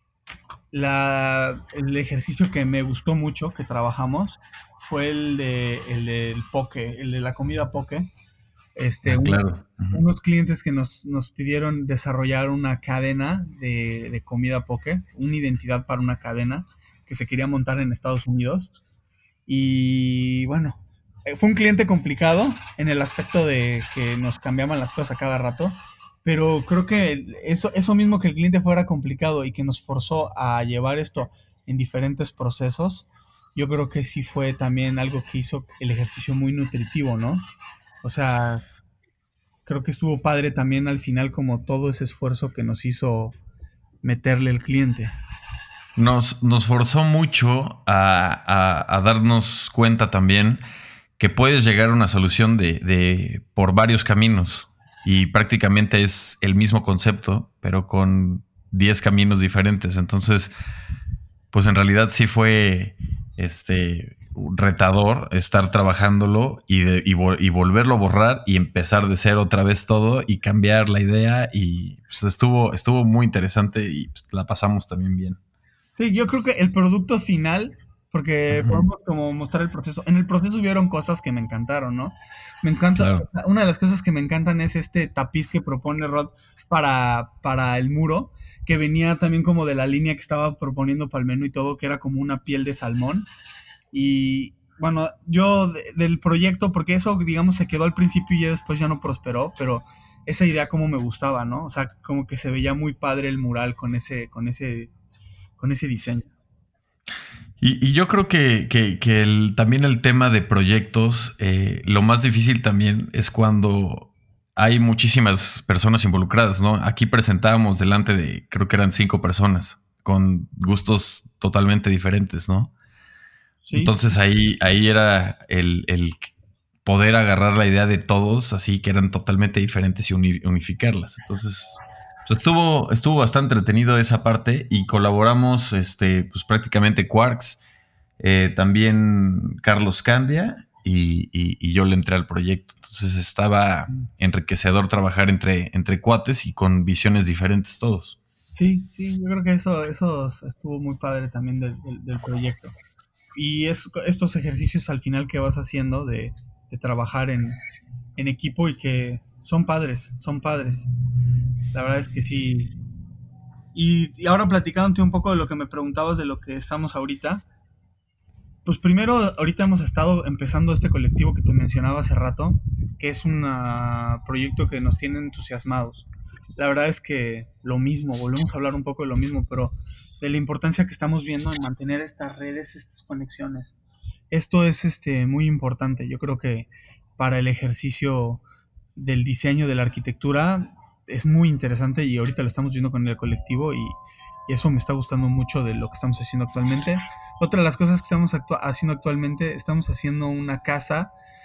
la, el ejercicio que me gustó mucho, que trabajamos, fue el de el del poke, el de la comida poke. Este, Ah, un- claro. Ujú. unos clientes que nos, nos pidieron desarrollar una cadena de, de comida poke, una identidad para una cadena que se quería montar en Estados Unidos. Y bueno, eh, fue un cliente complicado en el aspecto de que nos cambiaban las cosas a cada rato, pero creo que eso, eso mismo que el cliente fuera complicado y que nos forzó a llevar esto en diferentes procesos, yo creo que sí fue también algo que hizo el ejercicio muy nutritivo, ¿no? O sea, creo que estuvo padre también al final como todo ese esfuerzo que nos hizo meterle el cliente. Nos, nos forzó mucho a, a- a darnos cuenta también que puedes llegar a una solución de, de- por varios caminos y prácticamente es el mismo concepto, pero con diez caminos diferentes. Entonces, pues en realidad sí fue este retador estar trabajándolo y, de- y vo- y volverlo a borrar y empezar de cero otra vez todo y cambiar la idea y pues, estuvo, estuvo muy interesante y pues, la pasamos también bien. Sí, yo creo que el producto final, porque Ujú. podemos como mostrar el proceso. En el proceso hubieron cosas que me encantaron, ¿no? Me encanta, Claro. una de las cosas que me encantan es este tapiz que propone Rod para, para el muro, que venía también como de la línea que estaba proponiendo para el menú y todo, que era como una piel de salmón. Y bueno, yo de- del proyecto, porque eso, digamos, se quedó al principio y ya después ya no prosperó, pero esa idea como me gustaba, ¿no? O sea, como que se veía muy padre el mural con ese, con ese, con ese diseño. Y, y yo creo que, que- que el- también el tema de proyectos, eh, lo más difícil también es cuando hay muchísimas personas involucradas, ¿no? Aquí presentábamos delante de, creo que eran cinco personas, con gustos totalmente diferentes, ¿no? Sí, Entonces ahí, ahí era el, el poder agarrar la idea de todos, así que eran totalmente diferentes y uni- unificarlas. Entonces, pues estuvo, estuvo bastante entretenido esa parte y colaboramos, este, pues prácticamente Quarks, eh, también Carlos Candia y, y- y yo le entré al proyecto. Entonces estaba enriquecedor trabajar entre, entre cuates y con visiones diferentes todos. sí, sí, yo creo que eso, eso estuvo muy padre también del, del- del proyecto. Y es, estos ejercicios al final que vas haciendo de, de trabajar en, en equipo y que son padres, son padres. La verdad es que sí. Y, y ahora platicándote un poco de lo que me preguntabas de lo que estamos ahorita, pues primero, ahorita hemos estado empezando este colectivo que te mencionaba hace rato, que es un ah, proyecto que nos tiene entusiasmados. La verdad es que lo mismo, volvemos a hablar un poco de lo mismo, pero de la importancia que estamos viendo en mantener estas redes, estas conexiones. Esto es este, muy importante. Yo creo que para el ejercicio del diseño de la arquitectura es muy interesante y ahorita lo estamos viendo con el colectivo y, y eso me está gustando mucho de lo que estamos haciendo actualmente. Otra de las cosas que estamos actua- haciendo actualmente, estamos haciendo una casa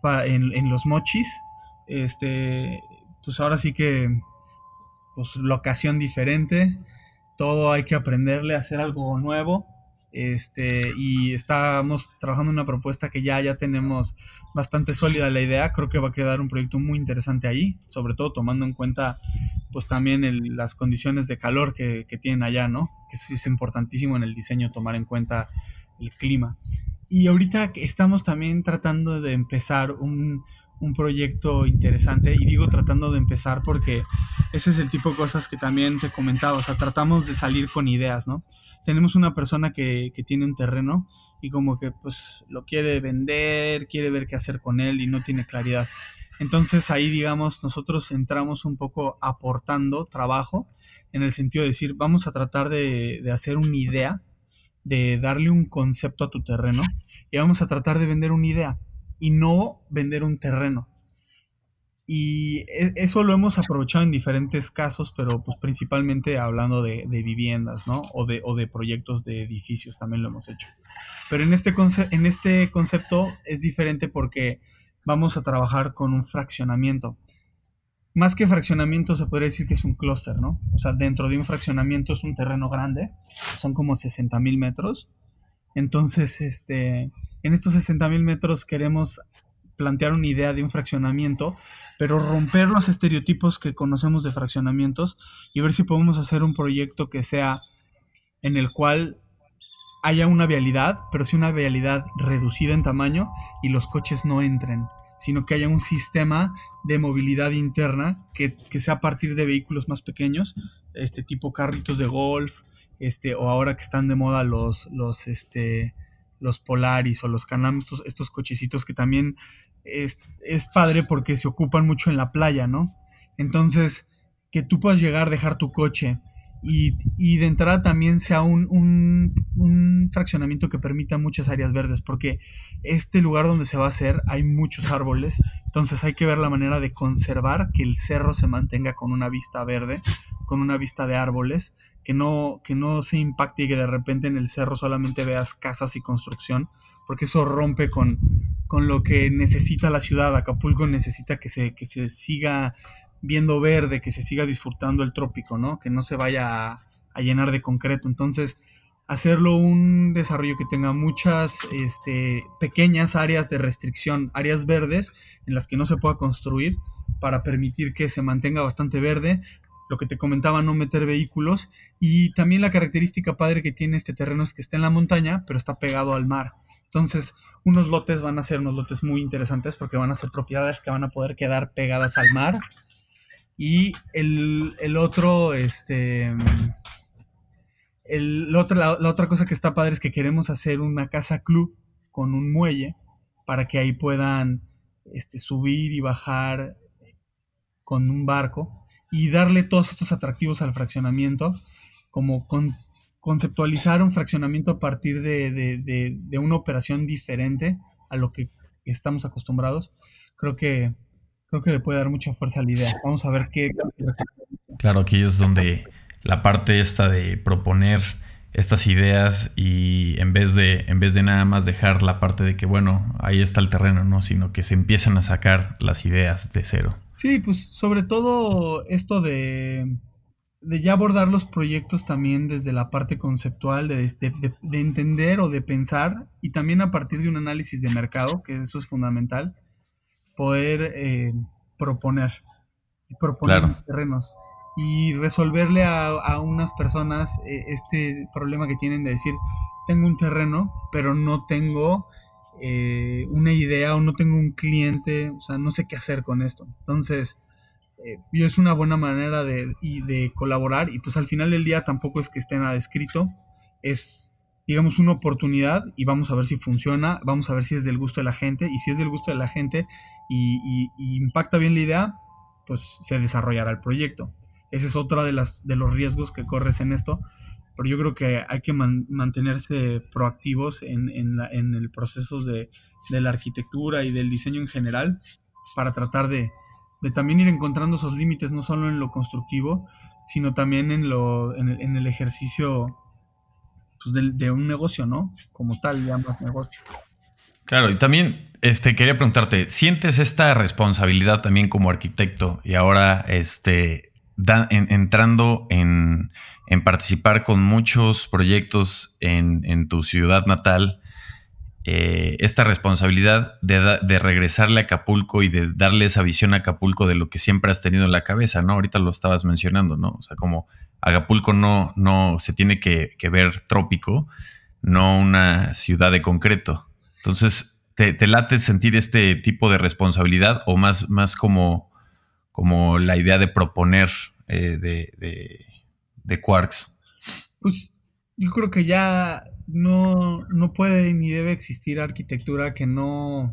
para, en, en los mochis. Este, pues ahora sí que, pues locación diferente, todo hay que aprenderle a hacer algo nuevo. Este, y estamos trabajando en una propuesta que ya, ya tenemos bastante sólida la idea. Creo que va a quedar un proyecto muy interesante ahí, sobre todo tomando en cuenta pues también el, las condiciones de calor que, que tienen allá, ¿no? Que sí es importantísimo en el diseño tomar en cuenta el clima. Y ahorita estamos también tratando de empezar un, un proyecto interesante, y digo tratando de empezar porque ese es el tipo de cosas que también te comentaba, o sea, tratamos de salir con ideas, ¿no? Tenemos una persona que, que tiene un terreno y como que pues lo quiere vender, quiere ver qué hacer con él y no tiene claridad. Entonces ahí, digamos, nosotros entramos un poco aportando trabajo en el sentido de decir, vamos a tratar de, de hacer una idea, de darle un concepto a tu terreno y vamos a tratar de vender una idea y no vender un terreno. Y e- eso lo hemos aprovechado en diferentes casos, pero pues principalmente hablando de, de viviendas, ¿no? O de, o de proyectos de edificios también lo hemos hecho. Pero en este, conce- en este concepto es diferente porque vamos a trabajar con un fraccionamiento. Más que fraccionamiento se podría decir que es un clúster, ¿no? O sea, dentro de un fraccionamiento es un terreno grande, son como sesenta mil metros. Entonces, este, en estos sesenta mil metros queremos plantear una idea de un fraccionamiento, pero romper los estereotipos que conocemos de fraccionamientos y ver si podemos hacer un proyecto que sea en el cual haya una vialidad, pero sí una vialidad reducida en tamaño y los coches no entren, sino que haya un sistema de movilidad interna que, que sea a partir de vehículos más pequeños, este tipo carritos de golf, este, o ahora que están de moda los, los, este, los Polaris o los Can-Am, estos, estos cochecitos que también es, es padre porque se ocupan mucho en la playa, ¿no? Entonces, que tú puedas llegar, dejar tu coche y, y de entrada también sea un, un, un fraccionamiento que permita muchas áreas verdes, porque este lugar donde se va a hacer hay muchos árboles, entonces hay que ver la manera de conservar que el cerro se mantenga con una vista verde, con una vista de árboles, que no, que no se impacte y que de repente en el cerro solamente veas casas y construcción, porque eso rompe con, con lo que necesita la ciudad. Acapulco necesita que se, que se siga viendo verde, que se siga disfrutando el trópico, ¿no? Que no se vaya a, a llenar de concreto. Entonces, hacerlo un desarrollo que tenga muchas este, pequeñas áreas de restricción, áreas verdes en las que no se pueda construir para permitir que se mantenga bastante verde. Lo que te comentaba, no meter vehículos. Y también la característica padre que tiene este terreno es que está en la montaña, pero está pegado al mar. Entonces, unos lotes van a ser unos lotes muy interesantes porque van a ser propiedades que van a poder quedar pegadas al mar, y el, el otro, este, el, la, otra, la, la otra cosa que está padre es que queremos hacer una casa club con un muelle para que ahí puedan este, subir y bajar con un barco y darle todos estos atractivos al fraccionamiento, como con, conceptualizar un fraccionamiento a partir de, de, de, de una operación diferente a lo que estamos acostumbrados. Creo que, creo que le puede dar mucha fuerza a la idea. Vamos a ver qué. Claro, aquí es donde la parte esta de proponer estas ideas y en vez de en vez de nada más dejar la parte de que bueno, ahí está el terreno, ¿no? Sino que se empiezan a sacar las ideas de cero. Sí, pues sobre todo esto de, de ya abordar los proyectos también desde la parte conceptual, de, de- de- de entender o de pensar, y también a partir de un análisis de mercado, que eso es fundamental, poder eh, proponer, y proponer Claro. los terrenos y resolverle a, a unas personas eh, este problema que tienen de decir, tengo un terreno, pero no tengo eh, una idea o no tengo un cliente, o sea, no sé qué hacer con esto. Entonces, eh, y es una buena manera de, y de colaborar, y pues al final del día tampoco es que esté nada escrito, es digamos una oportunidad y vamos a ver si funciona, vamos a ver si es del gusto de la gente, y si es del gusto de la gente y, y- y impacta bien la idea, pues se desarrollará el proyecto. Ese es otro de, las, de los riesgos que corres en esto, pero yo creo que hay que man- mantenerse proactivos en, en, la- en el proceso de, de la arquitectura y del diseño en general para tratar de, de también ir encontrando esos límites, no solo en lo constructivo, sino también en, lo, en, el, en el ejercicio pues, de, de un negocio, ¿no? Como tal, ya más negocio. Claro, y también este, quería preguntarte, ¿sientes esta responsabilidad también como arquitecto y ahora este, da- en- entrando en, en participar con muchos proyectos en, en tu ciudad natal, eh, esta responsabilidad de, da- de regresarle a Acapulco y de darle esa visión a Acapulco de lo que siempre has tenido en la cabeza, ¿no? Ahorita lo estabas mencionando, ¿no? O sea, como Acapulco no, no se tiene que, que ver trópico, no una ciudad de concreto. Entonces, ¿te, te late sentir este tipo de responsabilidad o más, más como, como la idea de proponer eh, de, de, de Quarks? Pues yo creo que ya no, no puede ni debe existir arquitectura que no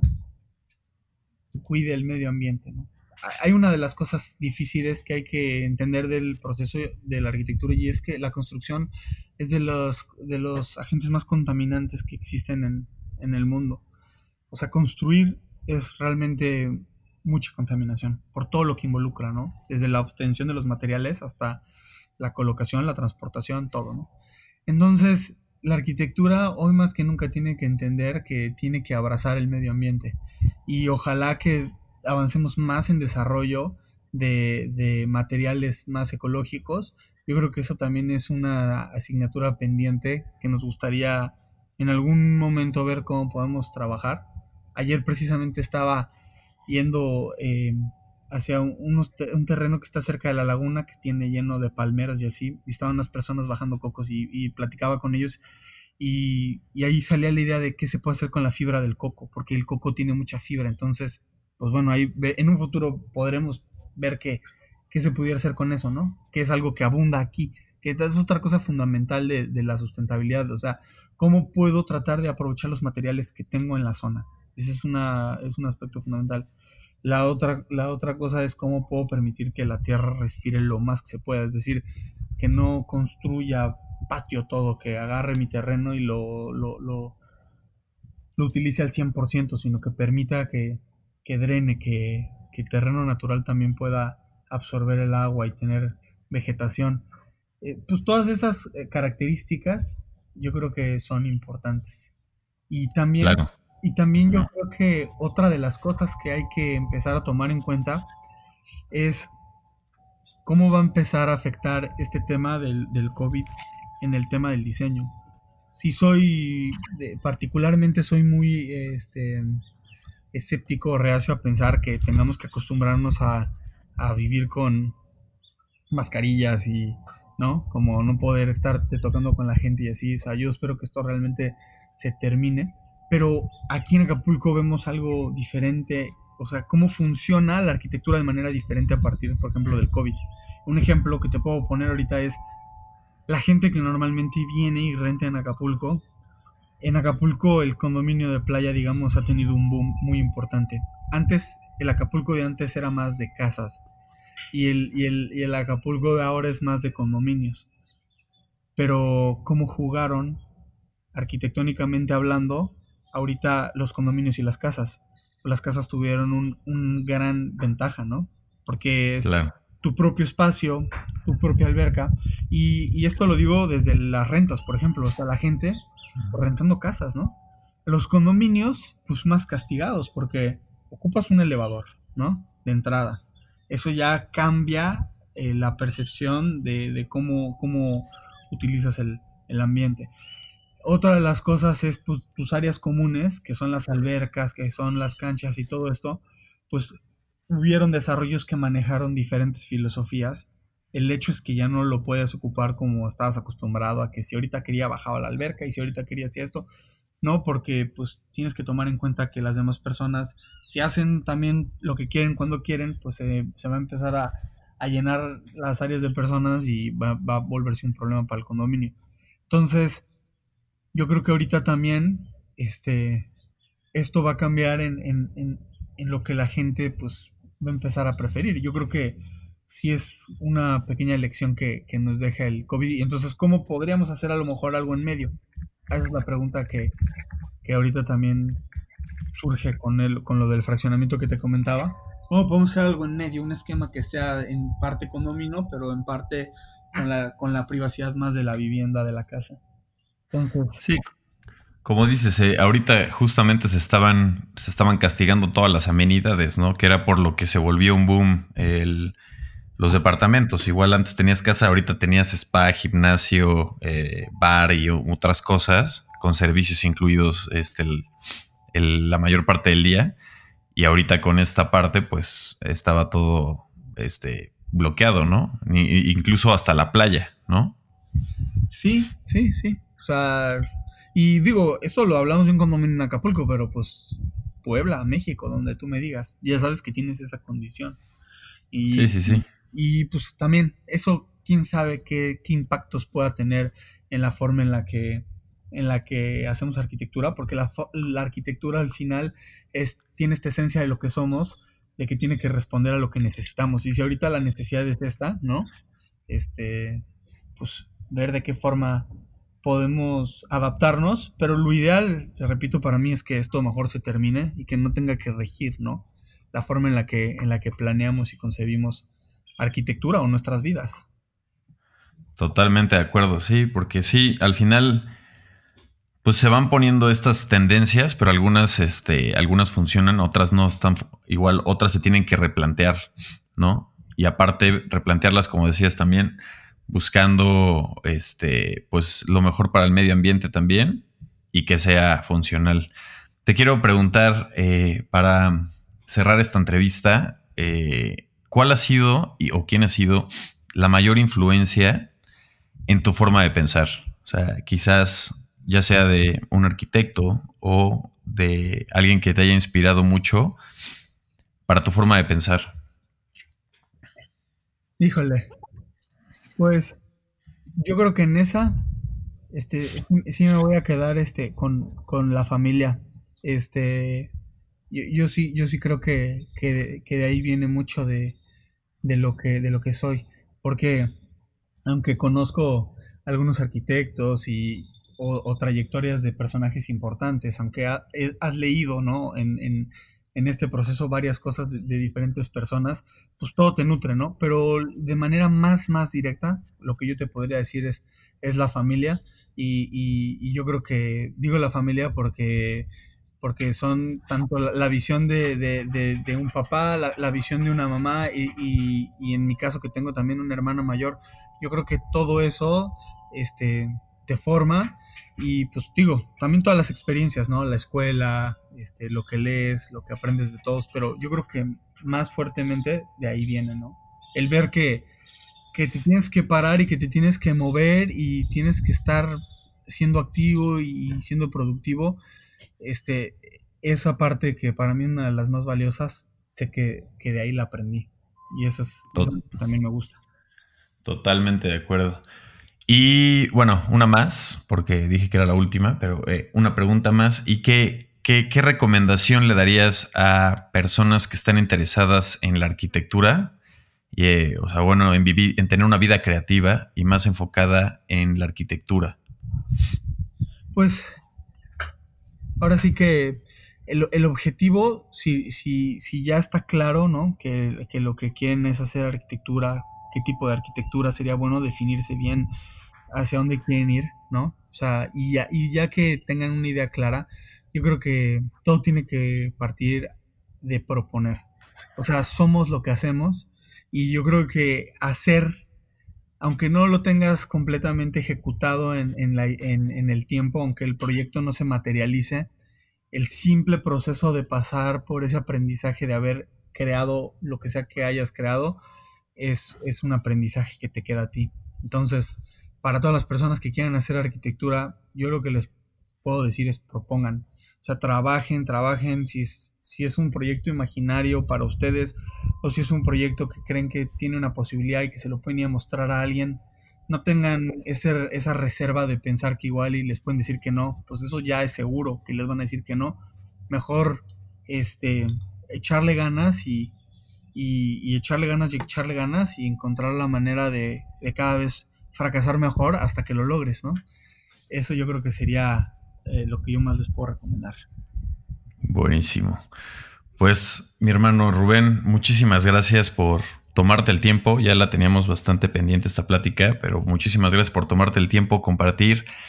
cuide el medio ambiente, ¿no? Hay una de las cosas difíciles que hay que entender del proceso de la arquitectura y es que la construcción es de los, de los agentes más contaminantes que existen en, en el mundo. O sea, construir es realmente mucha contaminación por todo lo que involucra, ¿no? Desde la obtención de los materiales hasta la colocación, la transportación, todo, ¿no? Entonces, la arquitectura hoy más que nunca tiene que entender que tiene que abrazar el medio ambiente y ojalá que avancemos más en desarrollo de, de materiales más ecológicos. Yo creo que eso también es una asignatura pendiente que nos gustaría en algún momento ver cómo podemos trabajar. Ayer precisamente estaba yendo eh, hacia un, unos te- un terreno que está cerca de la laguna, que tiene lleno de palmeras y así, y estaban unas personas bajando cocos y, y platicaba con ellos y, y ahí salía la idea de qué se puede hacer con la fibra del coco, porque el coco tiene mucha fibra, entonces, pues bueno, ahí ve- en un futuro podremos ver qué, qué se pudiera hacer con eso, ¿no? Que es algo que abunda aquí, que es otra cosa fundamental de, de la sustentabilidad, o sea, cómo puedo tratar de aprovechar los materiales que tengo en la zona. Ese es, una, es un aspecto fundamental. La otra, la otra cosa es cómo puedo permitir que la tierra respire lo más que se pueda, es decir, que no construya patio todo, que agarre mi terreno y lo, lo, lo, lo utilice al cien por ciento, sino que permita que, que drene, que, que el terreno natural también pueda absorber el agua y tener vegetación. Eh, pues todas esas eh, características yo creo que son importantes. Y también, Claro. y también yo Ujú. creo que otra de las cosas que hay que empezar a tomar en cuenta es cómo va a empezar a afectar este tema del, del COVID en el tema del diseño. Si soy, de- particularmente soy muy este, escéptico o reacio a pensar que tengamos que acostumbrarnos a, a vivir con mascarillas y, ¿no? Como no poder estarte tocando con la gente y así. O sea, yo espero que esto realmente se termine. Pero aquí en Acapulco vemos algo diferente. O sea, cómo funciona la arquitectura de manera diferente a partir, por ejemplo, del COVID. Un ejemplo que te puedo poner ahorita es la gente que normalmente viene y renta en Acapulco. En Acapulco el condominio de playa, digamos, ha tenido un boom muy importante. Antes, el Acapulco de antes era más de casas y el, y el, y el Acapulco de ahora es más de condominios. Pero cómo jugaron arquitectónicamente hablando, ahorita los condominios y las casas. Las casas tuvieron un, un gran ventaja, ¿no? Porque es Claro. tu propio espacio, tu propia alberca. Y, y esto lo digo desde las rentas, por ejemplo. O sea, la gente rentando casas, ¿no? Los condominios, pues más castigados, porque ocupas un elevador, ¿no? De entrada. Eso ya cambia eh, la percepción de, de cómo, cómo utilizas el, el ambiente. Otra de las cosas es pues, tus áreas comunes, que son las albercas, que son las canchas y todo esto, pues hubieron desarrollos que manejaron diferentes filosofías. El hecho es que ya no lo puedes ocupar como estabas acostumbrado a que si ahorita quería bajaba a la alberca y si ahorita quería hacía esto, no, porque pues tienes que tomar en cuenta que las demás personas, si hacen también lo que quieren cuando quieren, pues eh, se va a empezar a, a llenar las áreas de personas y va, va a volverse un problema para el condominio. Entonces, yo creo que ahorita también este, esto va a cambiar en, en, en, en lo que la gente pues va a empezar a preferir. Yo creo que sí es una pequeña lección que, que nos deja el COVID. Y entonces, ¿cómo podríamos hacer a lo mejor algo en medio? Esa es la pregunta que, que ahorita también surge con, el, con lo del fraccionamiento que te comentaba. ¿Cómo podemos hacer algo en medio? Un esquema que sea en parte condominio, pero en parte con la, con la privacidad más de la vivienda, de la casa. Entonces, Sí, Como dices, eh, ahorita justamente se estaban, se estaban castigando todas las amenidades, ¿no? Que era por lo que se volvió un boom el, los departamentos. Igual antes tenías casa, ahorita tenías spa, gimnasio, eh, bar y otras cosas con servicios incluidos este, el- el- la mayor parte del día. Y ahorita con esta parte, pues estaba todo este, bloqueado, ¿no? Ni- incluso hasta la playa, ¿no? Sí, sí, sí. O sea, y digo, eso lo hablamos de un condominio en Acapulco, pero pues Puebla, México, donde tú me digas, ya sabes que tienes esa condición. Sí, Y, sí, sí. y pues también eso, quién sabe qué, qué impactos pueda tener en la forma en la que, en la que hacemos arquitectura, porque la, fo- la arquitectura al final es, tiene esta esencia de lo que somos, de que tiene que responder a lo que necesitamos. Y si ahorita la necesidad es esta, ¿no? Este, pues ver de qué forma podemos adaptarnos, pero lo ideal, te repito, para mí es que esto mejor se termine y que no tenga que regir, ¿no? La forma en la que, en la que planeamos y concebimos arquitectura o nuestras vidas. Totalmente de acuerdo, sí, porque sí, al final, pues se van poniendo estas tendencias, pero algunas, este, algunas funcionan, otras no están, fu- igual, otras se tienen que replantear, ¿no? Y aparte, replantearlas, como decías también, buscando, este, pues lo mejor para el medio ambiente también y que sea funcional. Te quiero preguntar, eh, para cerrar esta entrevista, eh, ¿cuál ha sido y, o quién ha sido la mayor influencia en tu forma de pensar? O sea, quizás ya sea de un arquitecto o de alguien que te haya inspirado mucho para tu forma de pensar. Híjole, pues yo creo que en esa, este, sí me voy a quedar, este, con, con la familia. Este, yo, yo sí, yo sí creo que, que, que de ahí viene mucho de, de lo que, de lo que soy. Porque aunque conozco algunos arquitectos y, o, o trayectorias de personajes importantes, aunque ha- eh, has leído, ¿no? En, en, en este proceso varias cosas de, de diferentes personas, pues todo te nutre, ¿no? Pero de manera más, más directa, lo que yo te podría decir es, es la familia. Y, y- y yo creo que digo la familia porque, porque son tanto la, la visión de, de- de- de un papá, la, la visión de una mamá y, y- y en mi caso que tengo también una hermana mayor, yo creo que todo eso este, te forma y pues digo, también todas las experiencias, ¿no? La escuela, este, lo que lees, lo que aprendes de todos, pero yo creo que más fuertemente de ahí viene, ¿no? El ver que, que te tienes que parar y que te tienes que mover y tienes que estar siendo activo y siendo productivo, este, esa parte que para mí es una de las más valiosas, sé que, que de ahí la aprendí y eso es, eso To- también me gusta. Totalmente de acuerdo. Y bueno, una más, porque dije que era la última, pero eh, una pregunta más. ¿Y qué, qué, qué recomendación le darías a personas que están interesadas en la arquitectura? Y, eh, o sea, bueno, en vivir, en tener una vida creativa y más enfocada en la arquitectura. Pues ahora sí que el, el objetivo, si, si, si ya está claro, ¿no? Que, que lo que quieren es hacer arquitectura, qué tipo de arquitectura sería bueno definirse bien hacia dónde quieren ir, ¿no? O sea, y ya, y ya que tengan una idea clara, yo creo que todo tiene que partir de proponer. O sea, somos lo que hacemos y yo creo que hacer, aunque no lo tengas completamente ejecutado en, en la- en- en el tiempo, aunque el proyecto no se materialice, el simple proceso de pasar por ese aprendizaje de haber creado lo que sea que hayas creado es, es un aprendizaje que te queda a ti. Entonces, para todas las personas que quieran hacer arquitectura, yo lo que les puedo decir es propongan. O sea, trabajen, trabajen. Si es, si es un proyecto imaginario para ustedes o si es un proyecto que creen que tiene una posibilidad y que se lo pueden ir a mostrar a alguien, no tengan ese, esa reserva de pensar que igual y les pueden decir que no. Pues eso ya es seguro que les van a decir que no. Mejor este, echarle ganas y, y, y echarle ganas y echarle ganas y encontrar la manera de, de cada vez fracasar mejor hasta que lo logres, ¿no? Eso yo creo que sería eh, lo que yo más les puedo recomendar. Buenísimo. Pues, mi hermano Rubén, muchísimas gracias por tomarte el tiempo. Ya la teníamos bastante pendiente esta plática, pero muchísimas gracias por tomarte el tiempo, compartir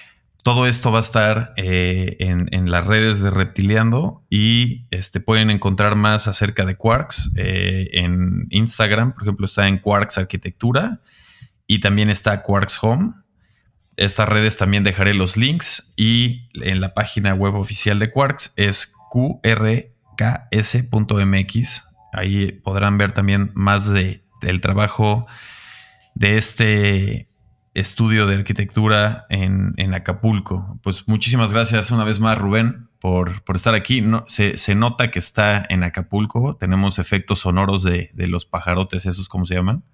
Todo esto va a estar eh, en, en las redes de Reptiliando y este, pueden encontrar más acerca de Quarks eh, en Instagram. Por ejemplo, está en Quarks Arquitectura y también está Quarks Home. Estas redes también dejaré los links y en la página web oficial de Quarks es q r k s punto m x. Ahí podrán ver también más de, del trabajo de este estudio de arquitectura en, en Acapulco. Pues muchísimas gracias una vez más, Rubén, por, por estar aquí. No, se, se nota que está en Acapulco. Tenemos efectos sonoros de, de los pajarotes, esos, ¿cómo se llaman?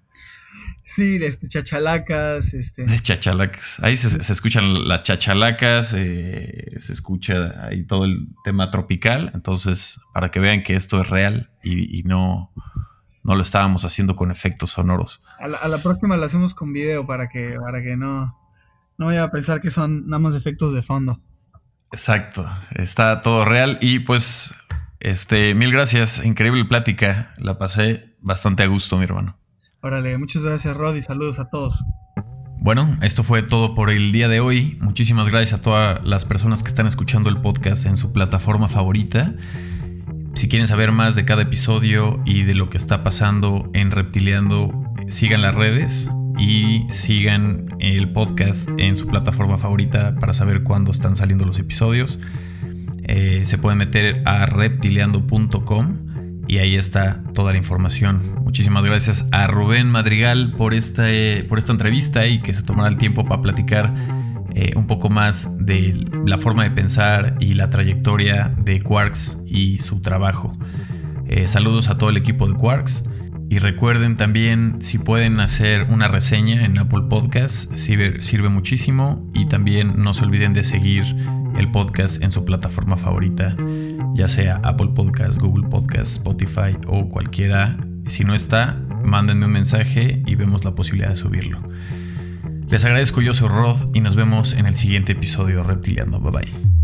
Sí, este, chachalacas, este... De chachalacas. Ahí se, se escuchan las chachalacas, eh, se escucha ahí todo el tema tropical. Entonces, para que vean que esto es real y, y no... No lo estábamos haciendo con efectos sonoros. A la, a la próxima lo hacemos con video para que, para que no, no vaya a pensar que son nada más efectos de fondo. Exacto, está todo real y pues este, mil gracias, increíble plática, la pasé bastante a gusto, mi hermano. Órale, muchas gracias, Rod, y saludos a todos. Bueno, esto fue todo por el día de hoy. Muchísimas gracias a todas las personas que están escuchando el podcast en su plataforma favorita. Si quieren saber más de cada episodio y de lo que está pasando en Reptiliando, sigan las redes y sigan el podcast en su plataforma favorita para saber cuándo están saliendo los episodios. Eh, se pueden meter a reptiliando punto com y ahí está toda la información. Muchísimas gracias a Rubén Madrigal por esta, eh, por esta entrevista y que se tomará el tiempo para platicar Eh, un poco más de la forma de pensar y la trayectoria de Quarks y su trabajo. Eh, saludos a todo el equipo de Quarks y recuerden también, si pueden hacer una reseña en Apple Podcasts, sirve, sirve muchísimo, y también no se olviden de seguir el podcast en su plataforma favorita, ya sea Apple Podcasts, Google Podcasts, Spotify o cualquiera. Si no está, mándenme un mensaje y vemos la posibilidad de subirlo. Les agradezco, yo soy Rod y nos vemos en el siguiente episodio de Reptiliando. Bye bye.